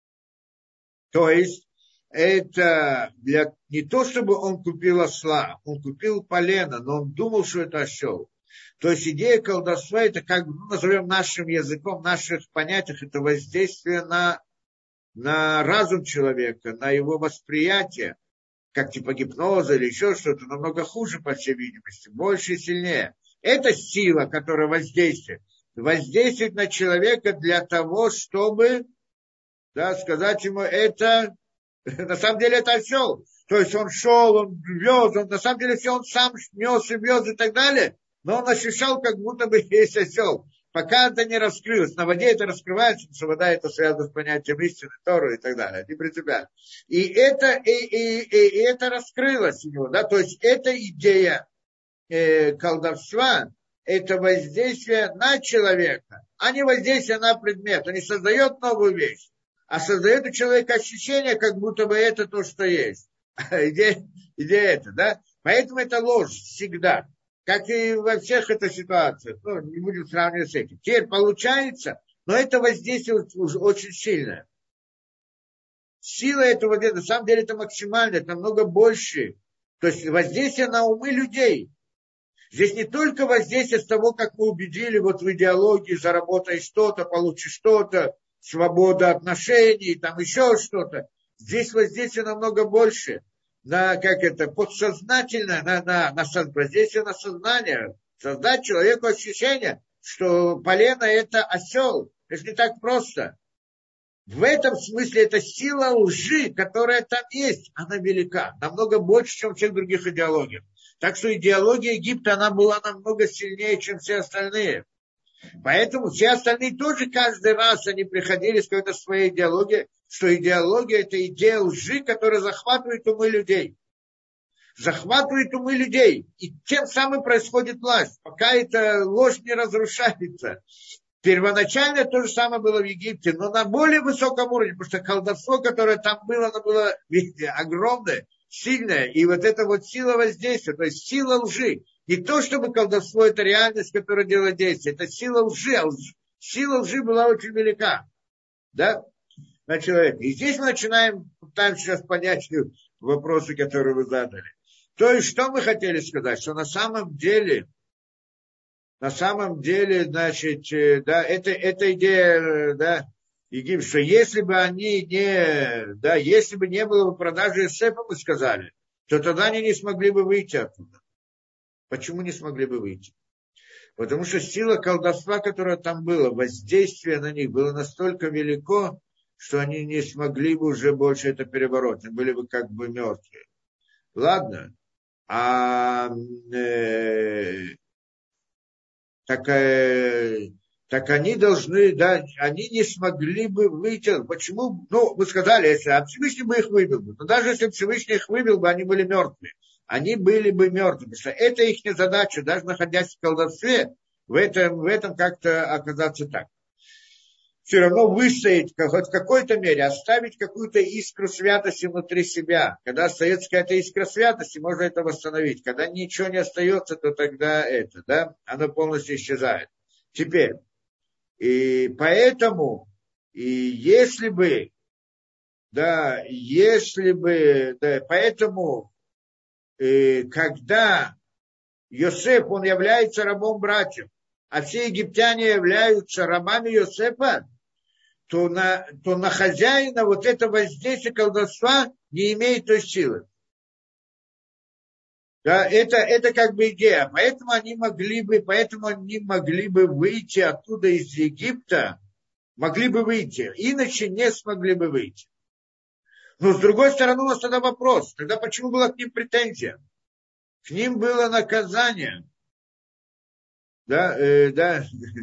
То есть это для, не то, чтобы он купил осла, он купил полено, но он думал, что это осел. То есть идея колдовства, это как, ну, назовем нашим языком, в наших понятиях, это воздействие на, на разум человека, на его восприятие, как типа гипноза или еще что-то, намного хуже, по всей видимости, больше и сильнее. Это сила, которая воздействует. Воздействует на человека для того, чтобы, да, сказать ему, это, на самом деле это осел. То есть он шел, он вез, он, на самом деле все он сам нес и вез и так далее. Но он ощущал, как будто бы есть осел. Пока это не раскрылось. На воде это раскрывается, потому что вода это связано с понятием истины, Торы и так далее. Не принципиально. И это, и, и, и, и это раскрылось у него. Да? То есть эта идея э, колдовства, это воздействие на человека, а не воздействие на предмет. Он не создает новую вещь, а создает у человека ощущение, как будто бы это то, что есть. идея, идея это, да? Поэтому это ложь всегда. Как и во всех этих ситуациях. Ну, не будем сравнивать с этим. Теперь получается, но это воздействие уже очень сильное. Сила этого, на самом деле, это максимально, это намного больше. То есть воздействие на умы людей. Здесь не только воздействие с того, как мы убедили вот в идеологии, заработай что-то, получи что-то, свобода отношений, там еще что-то. Здесь воздействие намного больше. На, как это, подсознательное, на, на, на воздействие на сознание, создать человеку ощущение, что полено это осел. Это не так просто. В этом смысле эта сила лжи, которая там есть, она велика, намного больше, чем в всех других идеологиях. Так что идеология Египта, она была намного сильнее, чем все остальные. Поэтому все остальные тоже каждый раз они приходили с какой-то своей идеологией, что идеология – это идея лжи, которая захватывает умы людей. Захватывает умы людей. И тем самым происходит власть, пока эта ложь не разрушается. Первоначально то же самое было в Египте, но на более высоком уровне, потому что колдовство, которое там было, оно было, видите, огромное, сильное. И вот эта вот сила воздействия, то есть сила лжи. Не то, чтобы колдовство – это реальность, которая делает действие. Это сила лжи. А лж... Сила лжи была очень велика. Да? На человека. И здесь мы начинаем, пытаемся сейчас понять вопросы, которые вы задали. То есть, что мы хотели сказать? Что на самом деле, на самом деле, значит, да, это, это идея, да, Египта, что если бы они не, да, если бы не было бы продажи Йосефа, мы сказали, то тогда они не смогли бы выйти оттуда. Почему не смогли бы выйти? Потому что сила колдовства, которая там была, воздействие на них было настолько велико, что они не смогли бы уже больше это перебороть. Они были бы как бы мертвые. Ладно. А э, так, э, так они должны, да, они не смогли бы выйти. Почему? Ну, мы сказали, если а Всевышний бы их выбил бы. Но даже если Всевышний их выбил бы, они были мертвые. Они были бы мертвы. Потому что это их задача, даже находясь в колдовстве, в этом, в этом как-то оказаться так. Все равно выстоять хоть в какой-то мере, оставить какую-то искру святости внутри себя. Когда остается какая-то искра святости, можно это восстановить. Когда ничего не остается, то тогда это, да, оно полностью исчезает. Теперь, и поэтому, и если бы, да, если бы, да, поэтому, и когда Йосеф, он является рабом братьев, а все египтяне являются рабами Йосефа, то на, то на хозяина вот это воздействие колдовства не имеет той силы. Да, это, это как бы идея. Поэтому они могли бы, поэтому они могли бы выйти оттуда из Египта, могли бы выйти, иначе не смогли бы выйти. Но с другой стороны у нас тогда вопрос, тогда почему была к ним претензия? К ним было наказание. Да, э, да.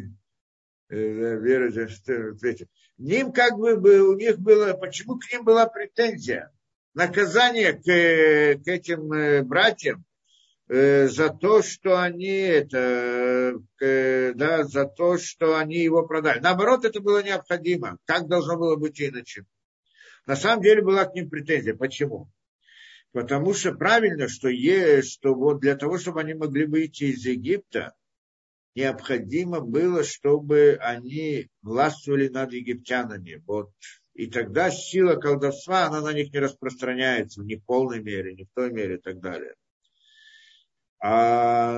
Вера, ним как бы у них было, почему к ним была претензия? Наказание к, к этим братьям э, за то, что они это, э, да, за то, что они его продали. Наоборот, это было необходимо. Как должно было быть иначе? На самом деле была к ним претензия. Почему? Потому что правильно, что есть, что вот для того, чтобы они могли выйти из Египта, необходимо было, чтобы они властвовали над египтянами. Вот. И тогда сила колдовства, она на них не распространяется в не полной мере, не в той мере и так далее. А,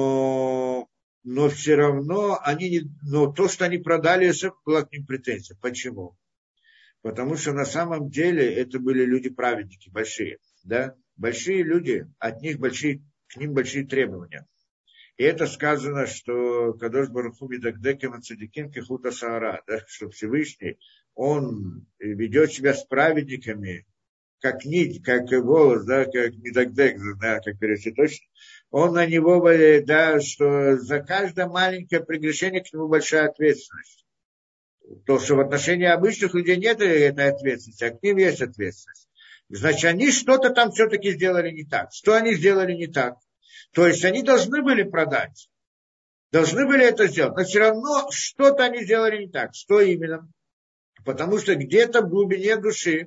но, но все равно они не, но то, что они продали, это была к ним претензия. Почему? Потому что на самом деле это были люди-праведники, большие. Да? Большие люди, от них большие, к ним большие требования. И это сказано, что Кадош Барух Ху Мидагдекем Ацадиким Кехута Саара, да, что Всевышний, он ведет себя с праведниками, как нить, как волос, да, как Мидагдек, да, как перевести точно. Он на него, да, что за каждое маленькое прегрешение к нему большая ответственность. То, что в отношении обычных людей нет этой ответственности, а к ним есть ответственность. Значит, они что-то там все-таки сделали не так. Что они сделали не так? То есть они должны были продать, должны были это сделать, но все равно что-то они сделали не так. Что именно? Потому что где-то в глубине души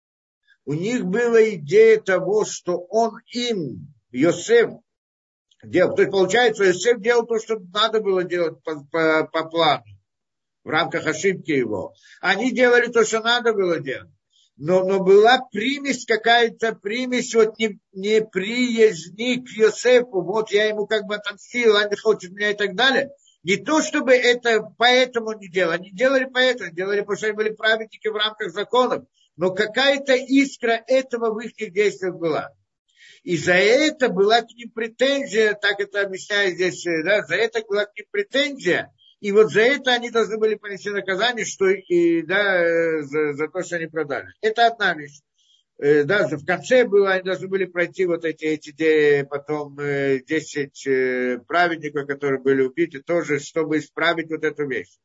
у них была идея того, что он им, Йосеф, делал. То есть получается, Йосеф делал то, что надо было делать по, по, по плану, в рамках ошибки его. Они делали то, что надо было делать. Но, но была примесь, какая-то примесь, вот не, неприязни к Йосефу, вот я ему как бы отомстил, он не хочет меня и так далее. Не то, чтобы это поэтому не делали, они делали поэтому, делали, потому что они были праведники в рамках законов, но какая-то искра этого в их действиях была. И за это была к ним претензия, так это объясняю здесь, да, за это была к ним претензия. И вот за это они должны были понести наказание, что и, да, за, за то, что они продали. Это одна вещь. Э, да, в конце было, они должны были пройти вот эти, эти потом десять э, праведников, которые были убиты, тоже, чтобы исправить вот эту вещь.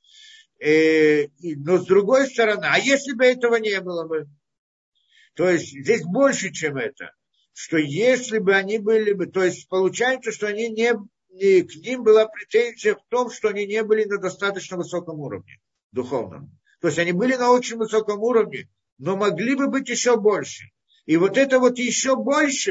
Э, и, но с другой стороны, а если бы этого не было бы? То есть здесь больше, чем это. Что если бы они были бы, то есть получается, что они не... И к ним была претензия в том, что они не были на достаточно высоком уровне духовном. То есть они были на очень высоком уровне, но могли бы быть еще больше. И вот это вот еще больше,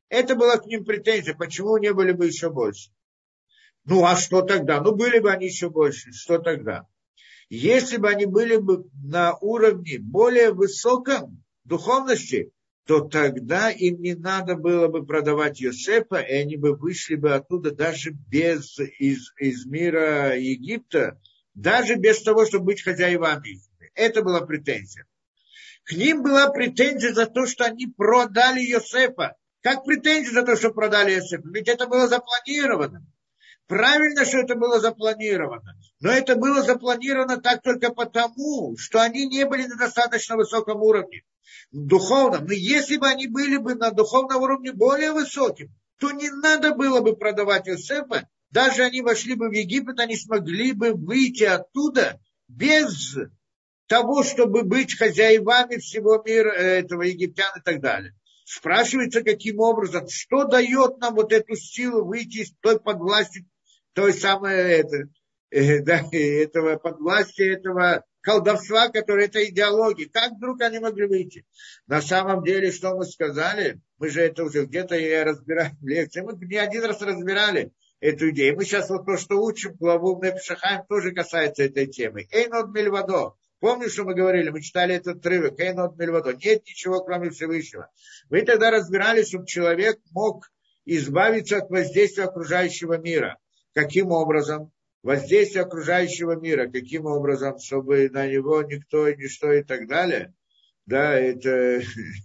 Это была к ним претензия, почему не были бы еще больше. Ну, а что тогда? Ну, были бы они еще больше, что тогда? Если бы они были бы на уровне более высоком духовности, то тогда им не надо было бы продавать Йосефа, и они бы вышли бы оттуда даже без, из, из мира Египта, даже без того, чтобы быть хозяевами. Это была претензия. К ним была претензия за то, что они продали Йосефа. Как претензия за то, что продали Йосефа? Ведь это было запланировано. Правильно, что это было запланировано. Но это было запланировано так только потому, что они не были на достаточно высоком уровне. Духовном. Но если бы они были бы на духовном уровне более высоким, то не надо было бы продавать Йосефа. Даже они вошли бы в Египет, они смогли бы выйти оттуда без того, чтобы быть хозяевами всего мира, этого египтян и так далее. Спрашивается, каким образом, что дает нам вот эту силу выйти из той подвласти, той самой, это, э, да, этого подвласти, этого колдовства, которое это идеология. Как вдруг они могли выйти? На самом деле, что мы сказали, мы же это уже где-то я разбираю в лекции, мы не один раз разбирали эту идею. Мы сейчас вот то, что учим, главу в Нефеш ха-Хаим, тоже касается этой темы. Эйнод мильвадо. Помнишь, что мы говорили? Мы читали этот отрывок. Эйнод мильвадо. Нет ничего, кроме Всевышнего. Вы тогда разбирались, чтобы человек мог избавиться от воздействия окружающего мира. Каким образом? Воздействие окружающего мира. Каким образом? Чтобы на него никто, ничто и так далее. Да, это...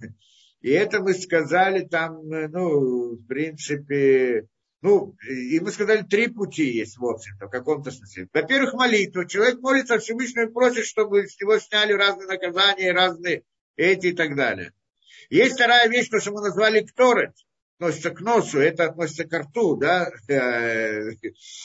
И это мы сказали там, ну, в принципе... Ну, и мы сказали, три пути есть, в общем-то, в каком-то смысле. Во-первых, молитва. Человек молится Всевышнему и просит, чтобы с него сняли разные наказания, разные эти и так далее. Есть вторая вещь, то, что мы назвали кторет, относится к носу, это относится к рту, да, да,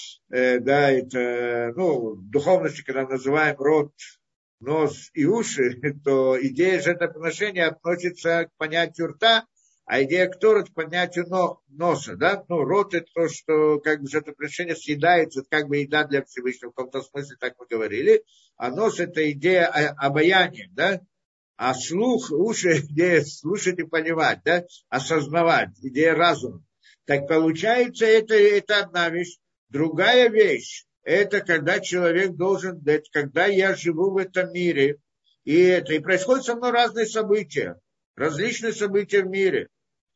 это, ну, в духовности, когда мы называем рот, нос и уши, то идея жертвоприношения относится к понятию рта, а идея кторет к понятию носа, да, ну, рот это то, что как бы жертвоприношение съедается, это как бы еда для Всевышнего, в каком-то смысле так мы говорили, а нос это идея обаяния, да, а слух, уши, идея слушать и понимать, да, осознавать, идея разума. Так получается, это, это одна вещь. Другая вещь, это когда человек должен, это когда я живу в этом мире, и это, и происходят со мной разные события, различные события в мире.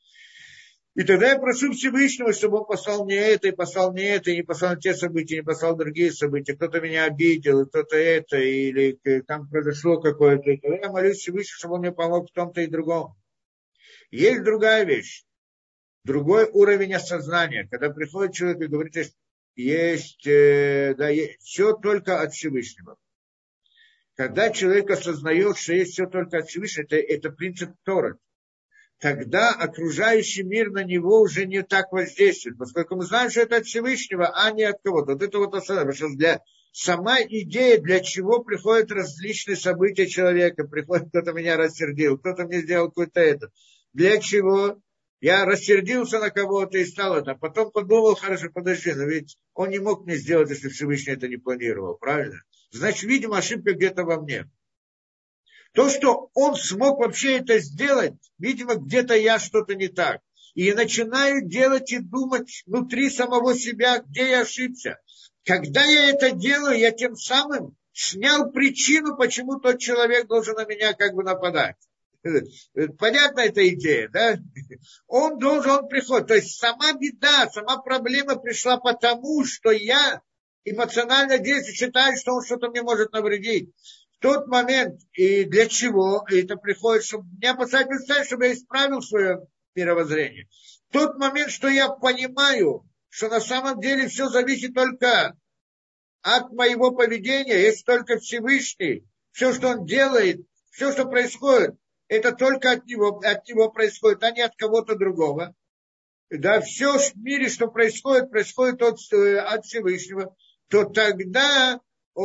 И тогда я прошу Всевышнего, чтобы он послал мне это, и послал мне это, и не послал те события, не послал другие события. Кто-то меня обидел, кто-то это, или там произошло какое-то. И тогда я молюсь Всевышнему, чтобы он мне помог в том-то и другом. Есть другая вещь, другой уровень осознания. Когда приходит человек и говорит, есть, да, есть все только от Всевышнего. Когда человек осознает, что есть все только от Всевышнего, это, это принцип Торы. Тогда окружающий мир на него уже не так воздействует, поскольку мы знаем, что это от Всевышнего, а не от кого-то. Вот это вот особенно, потому что для, сама идея, для чего приходят различные события человека, приходит, кто-то меня рассердил, кто-то мне сделал какой-то это. Для чего? Я рассердился на кого-то и стал это, а потом подумал, хорошо, подожди, но ведь он не мог мне сделать, если Всевышний это не планировал, правильно? Значит, видимо, ошибка где-то во мне. То, что он смог вообще это сделать, видимо, где-то я что-то не так. И я начинаю делать и думать внутри самого себя, где я ошибся. Когда я это делаю, я тем самым снял причину, почему тот человек должен на меня как бы нападать. Понятна эта идея, да? Он должен, он приходит. То есть сама беда, сама проблема пришла потому, что я эмоционально действую, считаю, что он что-то мне может навредить. В тот момент, и для чего это приходит, чтобы меня поставить представить, чтобы я исправил свое мировоззрение. В тот момент, что я понимаю, что на самом деле все зависит только от моего поведения, есть только Всевышний, все, что он делает, все, что происходит, это только от него, от него происходит, а не от кого-то другого. Да, все в мире, что происходит, происходит от, от Всевышнего, то тогда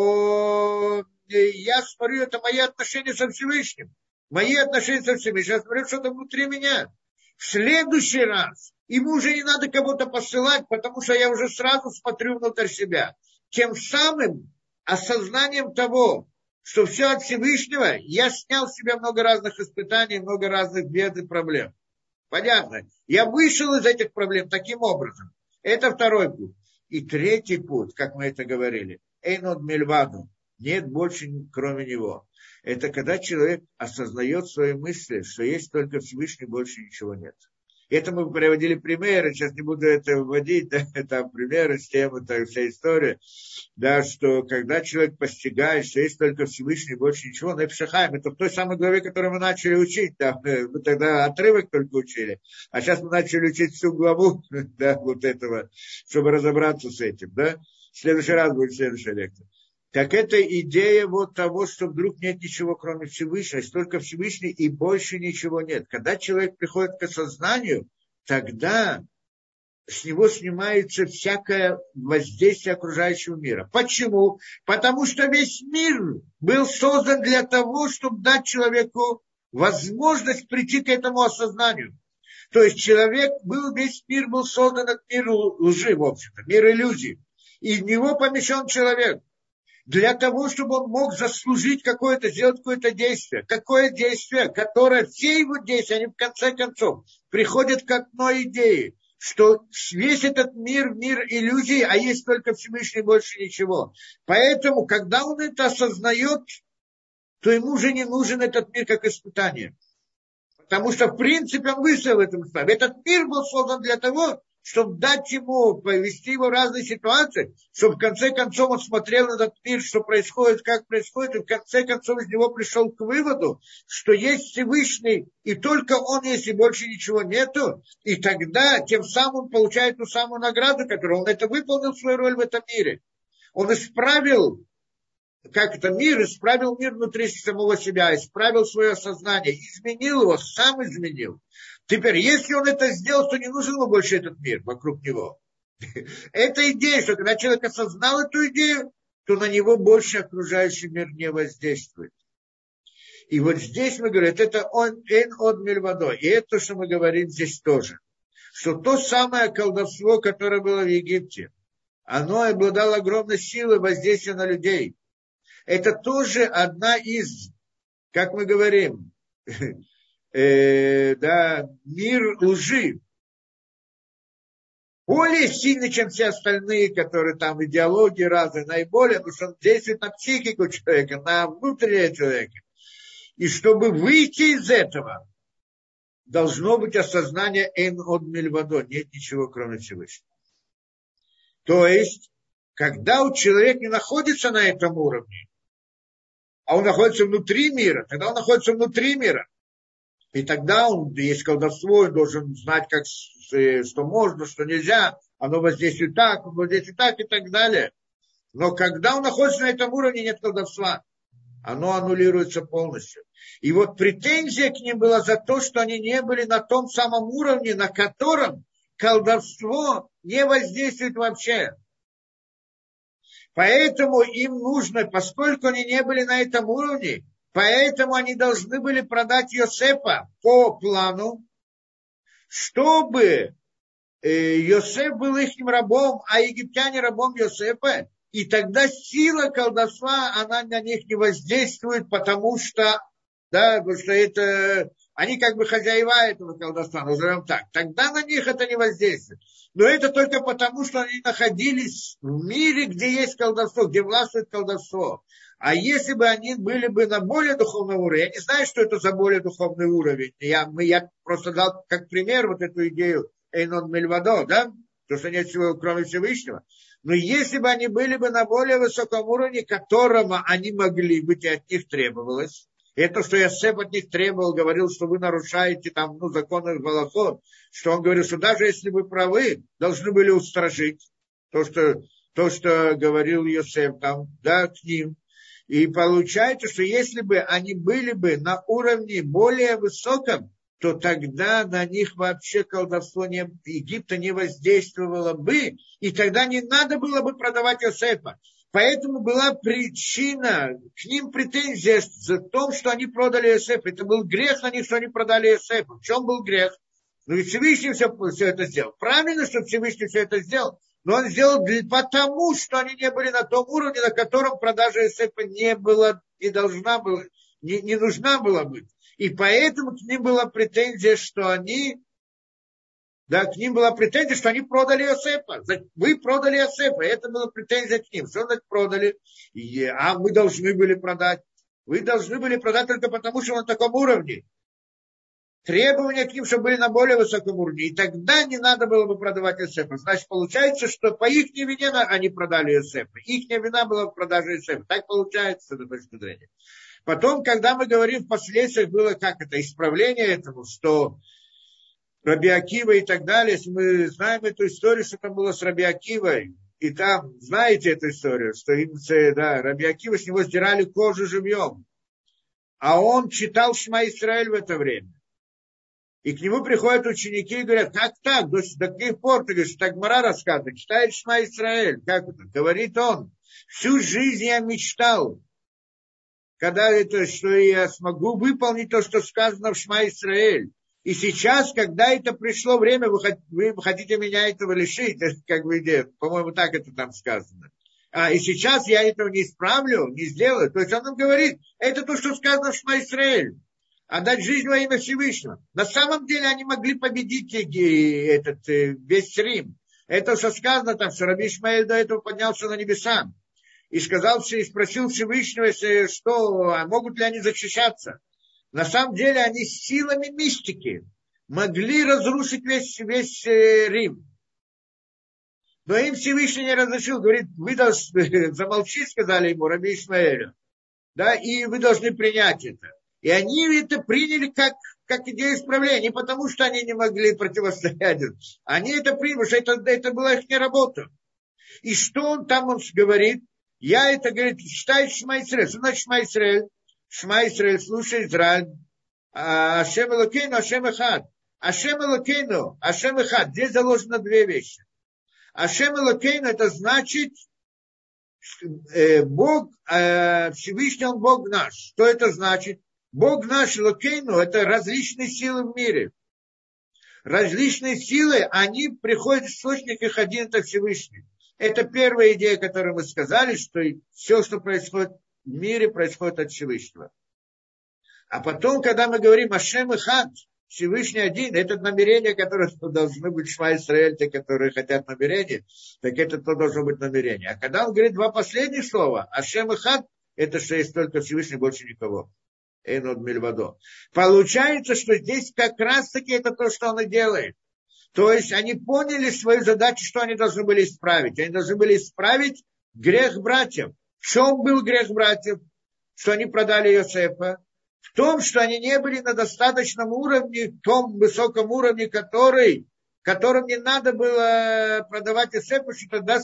о, я смотрю, это мои отношения со Всевышним. Мои отношения со Всевышним. Я смотрю, что-то внутри меня. В следующий раз ему уже не надо кого-то посылать, потому что я уже сразу смотрю внутрь себя. Тем самым осознанием того, что все от Всевышнего, я снял с себя много разных испытаний, много разных бед и проблем. Понятно. Я вышел из этих проблем таким образом. Это второй путь. И третий путь, как мы это говорили, эйнод мельваду, нет больше кроме него. Это когда человек осознает свои мысли, что есть только Всевышний, больше ничего нет. Это мы приводили примеры, сейчас не буду это вводить, да, там примеры с тем, это вся история, да, что когда человек постигает, что есть только Всевышний, больше ничего, но Эпшахаим, это в той самой главе, которую мы начали учить, да, мы тогда отрывок только учили, а сейчас мы начали учить всю главу, да, вот этого, чтобы разобраться с этим, да, в следующий раз будет следующая лекция. Так это идея вот того, что вдруг нет ничего, кроме Всевышнего, есть только Всевышний и больше ничего нет. Когда человек приходит к осознанию, тогда с него снимается всякое воздействие окружающего мира. Почему? Потому что весь мир был создан для того, чтобы дать человеку возможность прийти к этому осознанию. То есть человек был, весь мир был создан от мира лжи, в общем-то, мир иллюзий. И в него помещен человек. Для того, чтобы он мог заслужить какое-то, сделать какое-то действие. Какое действие, которое, все его действия, они в конце концов приходят к одной идее, что весь этот мир, мир иллюзий, а есть только Всевышний, больше ничего. Поэтому, когда он это осознает, то ему уже не нужен этот мир как испытание. Потому что, в принципе, он вышел в этом испытании. Этот мир был создан для того, чтобы дать ему, повести его в разные ситуации, чтобы в конце концов он смотрел на этот мир, что происходит, как происходит, и в конце концов из него пришел к выводу, что есть Всевышний, и только он есть, и больше ничего нету, и тогда тем самым он получает ту самую награду, которую он это выполнил свою роль в этом мире. Он исправил, как это мир, исправил мир внутри самого себя, исправил свое сознание, изменил его, сам изменил. Теперь, если он это сделал, то не нужен ему больше этот мир вокруг него. Эта идея, что когда человек осознал эту идею, то на него больше окружающий мир не воздействует. И вот здесь мы говорим, это он эн од мильвадо. И это то, что мы говорим здесь тоже. Что то самое колдовство, которое было в Египте, оно обладало огромной силой воздействия на людей. Это тоже одна из, как мы говорим, Э, да, мир лжи более сильный, чем все остальные, которые там идеологии разные, наиболее, потому что он действует на психику человека, на внутреннее человека. И чтобы выйти из этого, должно быть осознание эн од мильвадо, нет ничего, кроме Всевышнего. То есть, когда у человека не находится на этом уровне, а он находится внутри мира, тогда он находится внутри мира, и тогда он, есть колдовство, он должен знать, как, что можно, что нельзя, оно воздействует так, оно воздействует так и так далее. Но когда он находится на этом уровне, нет колдовства. Оно аннулируется полностью. И вот претензия к ним была за то, что они не были на том самом уровне, на котором колдовство не воздействует вообще. Поэтому им нужно, поскольку они не были на этом уровне, поэтому они должны были продать Йосефа по плану, чтобы Йосеф был их рабом, а египтяне рабом Йосефа. И тогда сила колдовства, она на них не воздействует, потому что, да, потому что это, они как бы хозяева этого колдовства, назовем так. Тогда на них это не воздействует. Но это только потому, что они находились в мире, где есть колдовство, где властвует колдовство. А если бы они были бы на более духовном уровне, я не знаю, что это за более духовный уровень, я, я просто дал как пример вот эту идею Эйнон Мельвадо, да, то, что нет всего, кроме Всевышнего. Но если бы они были бы на более высоком уровне, которого они могли быть, и от них требовалось, это, что Йосеф от них требовал, говорил, что вы нарушаете там, ну, законы Галахот, что он говорил, что даже если вы правы, должны были устражить то, что, то, что говорил Йосеф там, да, к ним. И получается, что если бы они были бы на уровне более высоком, то тогда на них вообще колдовство не, Египта не воздействовало бы, и тогда не надо было бы продавать Йосефа. Поэтому была причина, к ним претензия за то, что они продали Йосефа. Это был грех на них, что они продали Йосефа. В чем был грех? Ну ведь Всевышний все, все это сделал. Правильно, что Всевышний все это сделал, но он сделал потому, что они не были на том уровне, на котором продажа Йосефа не была, не должна была, не, не нужна была быть. И поэтому к ним была претензия, что они Да, к ним была претензия, что они продали Йосефа. Вы продали Йосефа, и это была претензия к ним. Что значит продали? И, а мы должны были продать. Вы должны были продать только потому, что он на таком уровне. Требования к ним, чтобы были на более высоком уровне. И тогда не надо было бы продавать Йосефа. Значит, получается, что по их вине они продали Йосефа. Их вина была в продаже Йосефа. Так получается, с этой точки зрения. Потом, когда мы говорим, впоследствии было как это, исправление этому, что Раби Акива и так далее, если мы знаем эту историю, что там было с Раби Акивой, и там, знаете эту историю, что им, да, Раби Акива, с него сдирали кожу живьем, а он читал Шма Исраэль в это время. И к нему приходят ученики и говорят, как так, до, до каких пор, ты говоришь, так Гмара рассказывает, читает Шма Исраэль, как это, говорит он, всю жизнь я мечтал, когда это, что я смогу выполнить то, что сказано в Шма Исраэль. И сейчас, когда это пришло время, вы, вы хотите меня этого лишить, как вы идете, по-моему, так это там сказано. А, и сейчас я этого не исправлю, не сделаю. То есть он нам говорит, это то, что сказано в Шма Исраэль. Отдать жизнь во имя Всевышнего. На самом деле они могли победить этот, весь Рим. Это, что сказано там, что Раби Ишмаэль до этого поднялся на небеса. И сказал, и спросил Всевышнего, что, а могут ли они защищаться. На самом деле они силами мистики могли разрушить весь, весь э, Рим. Но им Всевышний не разрешил. Говорит, вы должны, замолчи, сказали ему, Раби Ишмаэлю. Да, и вы должны принять это. И они это приняли как, как идею исправления. Не потому, что они не могли противостоять. Они это приняли, потому что это, это была их работа. И что он там он говорит? Я это, говорит, читаю Шма Исраэль. Что значит Шма Исраэль? Шма Исраэль, слушай, Израиль. Ашем Элокейну, Ашем Эхад. Ашем Элокейну, Ашем Эхад. Здесь заложено две вещи. Ашем Элокейну, это значит, э, Бог, э, Всевышний он Бог наш. Что это значит? Бог наш, Элокейну, это различные силы в мире. Различные силы, они приходят в источник, их один, это Всевышний. Это первая идея, которую мы сказали, что все, что происходит в мире, происходит от Всевышнего. А потом, когда мы говорим Ашем Эхад, Всевышний один, это намерение, которое должны быть Шма Исраэль, те, которые хотят намерения, так это то должно быть намерение. А когда он говорит два последних слова, Ашем Эхад, это что есть только Всевышний, больше никого. Эйнод Мильвадо. Получается, что здесь как раз-таки это то, что он и делает. То есть они поняли свою задачу, что они должны были исправить. Они должны были исправить грех братьев. В чем был грех братьев? Что они продали Йосефа. В том, что они не были на достаточном уровне, в том высоком уровне, который, которым не надо было продавать Йосефа, потому что тогда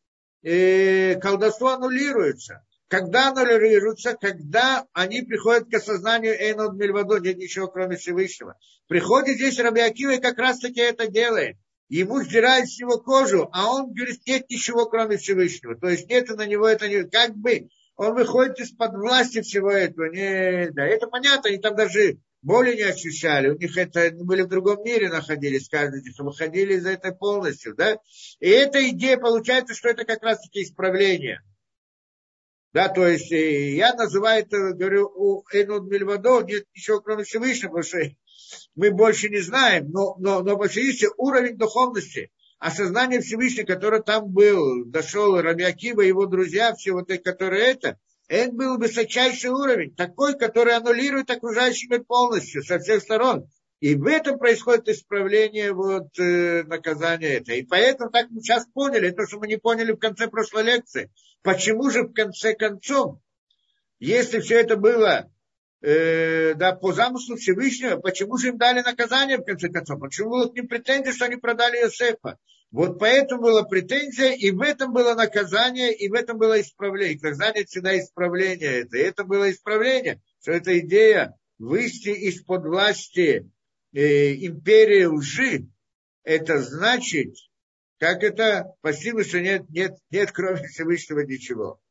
э, колдовство аннулируется. Когда аннулируется, когда они приходят к осознанию Эйнод Мильвадо, нет ничего, кроме Всевышнего. Приходит здесь Раби Акива и как раз-таки это делает. Ему сдирают с него кожу, а он говорит, нет ничего, кроме Всевышнего. То есть нет на него это не... Как бы он выходит из-под власти всего этого. Не, да, это понятно, они там даже боли не ощущали. У них это они были в другом мире находились, каждый день, выходили из этой полностью. Да? И эта идея, получается, что это как раз-таки исправление. Да, то есть я называю это, говорю, у Эйнод Мильвадо нет ничего, кроме Всевышнего, потому что мы больше не знаем, но, но, но вообще уровень духовности, осознание Всевышнего, который там был, дошел Раби Акива, его друзья, все вот эти, которые это, это был высочайший уровень, такой, который аннулирует окружающий мир полностью, со всех сторон. И в этом происходит исправление вот, э, наказания это. И поэтому так мы сейчас поняли, то, что мы не поняли в конце прошлой лекции. Почему же в конце концов, если все это было э, да, по замыслу Всевышнего, почему же им дали наказание в конце концов? Почему было к ним претензия, что они продали Йосефа? Вот поэтому была претензия, и в этом было наказание, и в этом было исправление. Наказание всегда исправление это. И это было исправление, что эта идея выйти из-под власти э, империи лжи, это значит, как это, спасибо, что нет, нет, нет кроме Всевышнего ничего.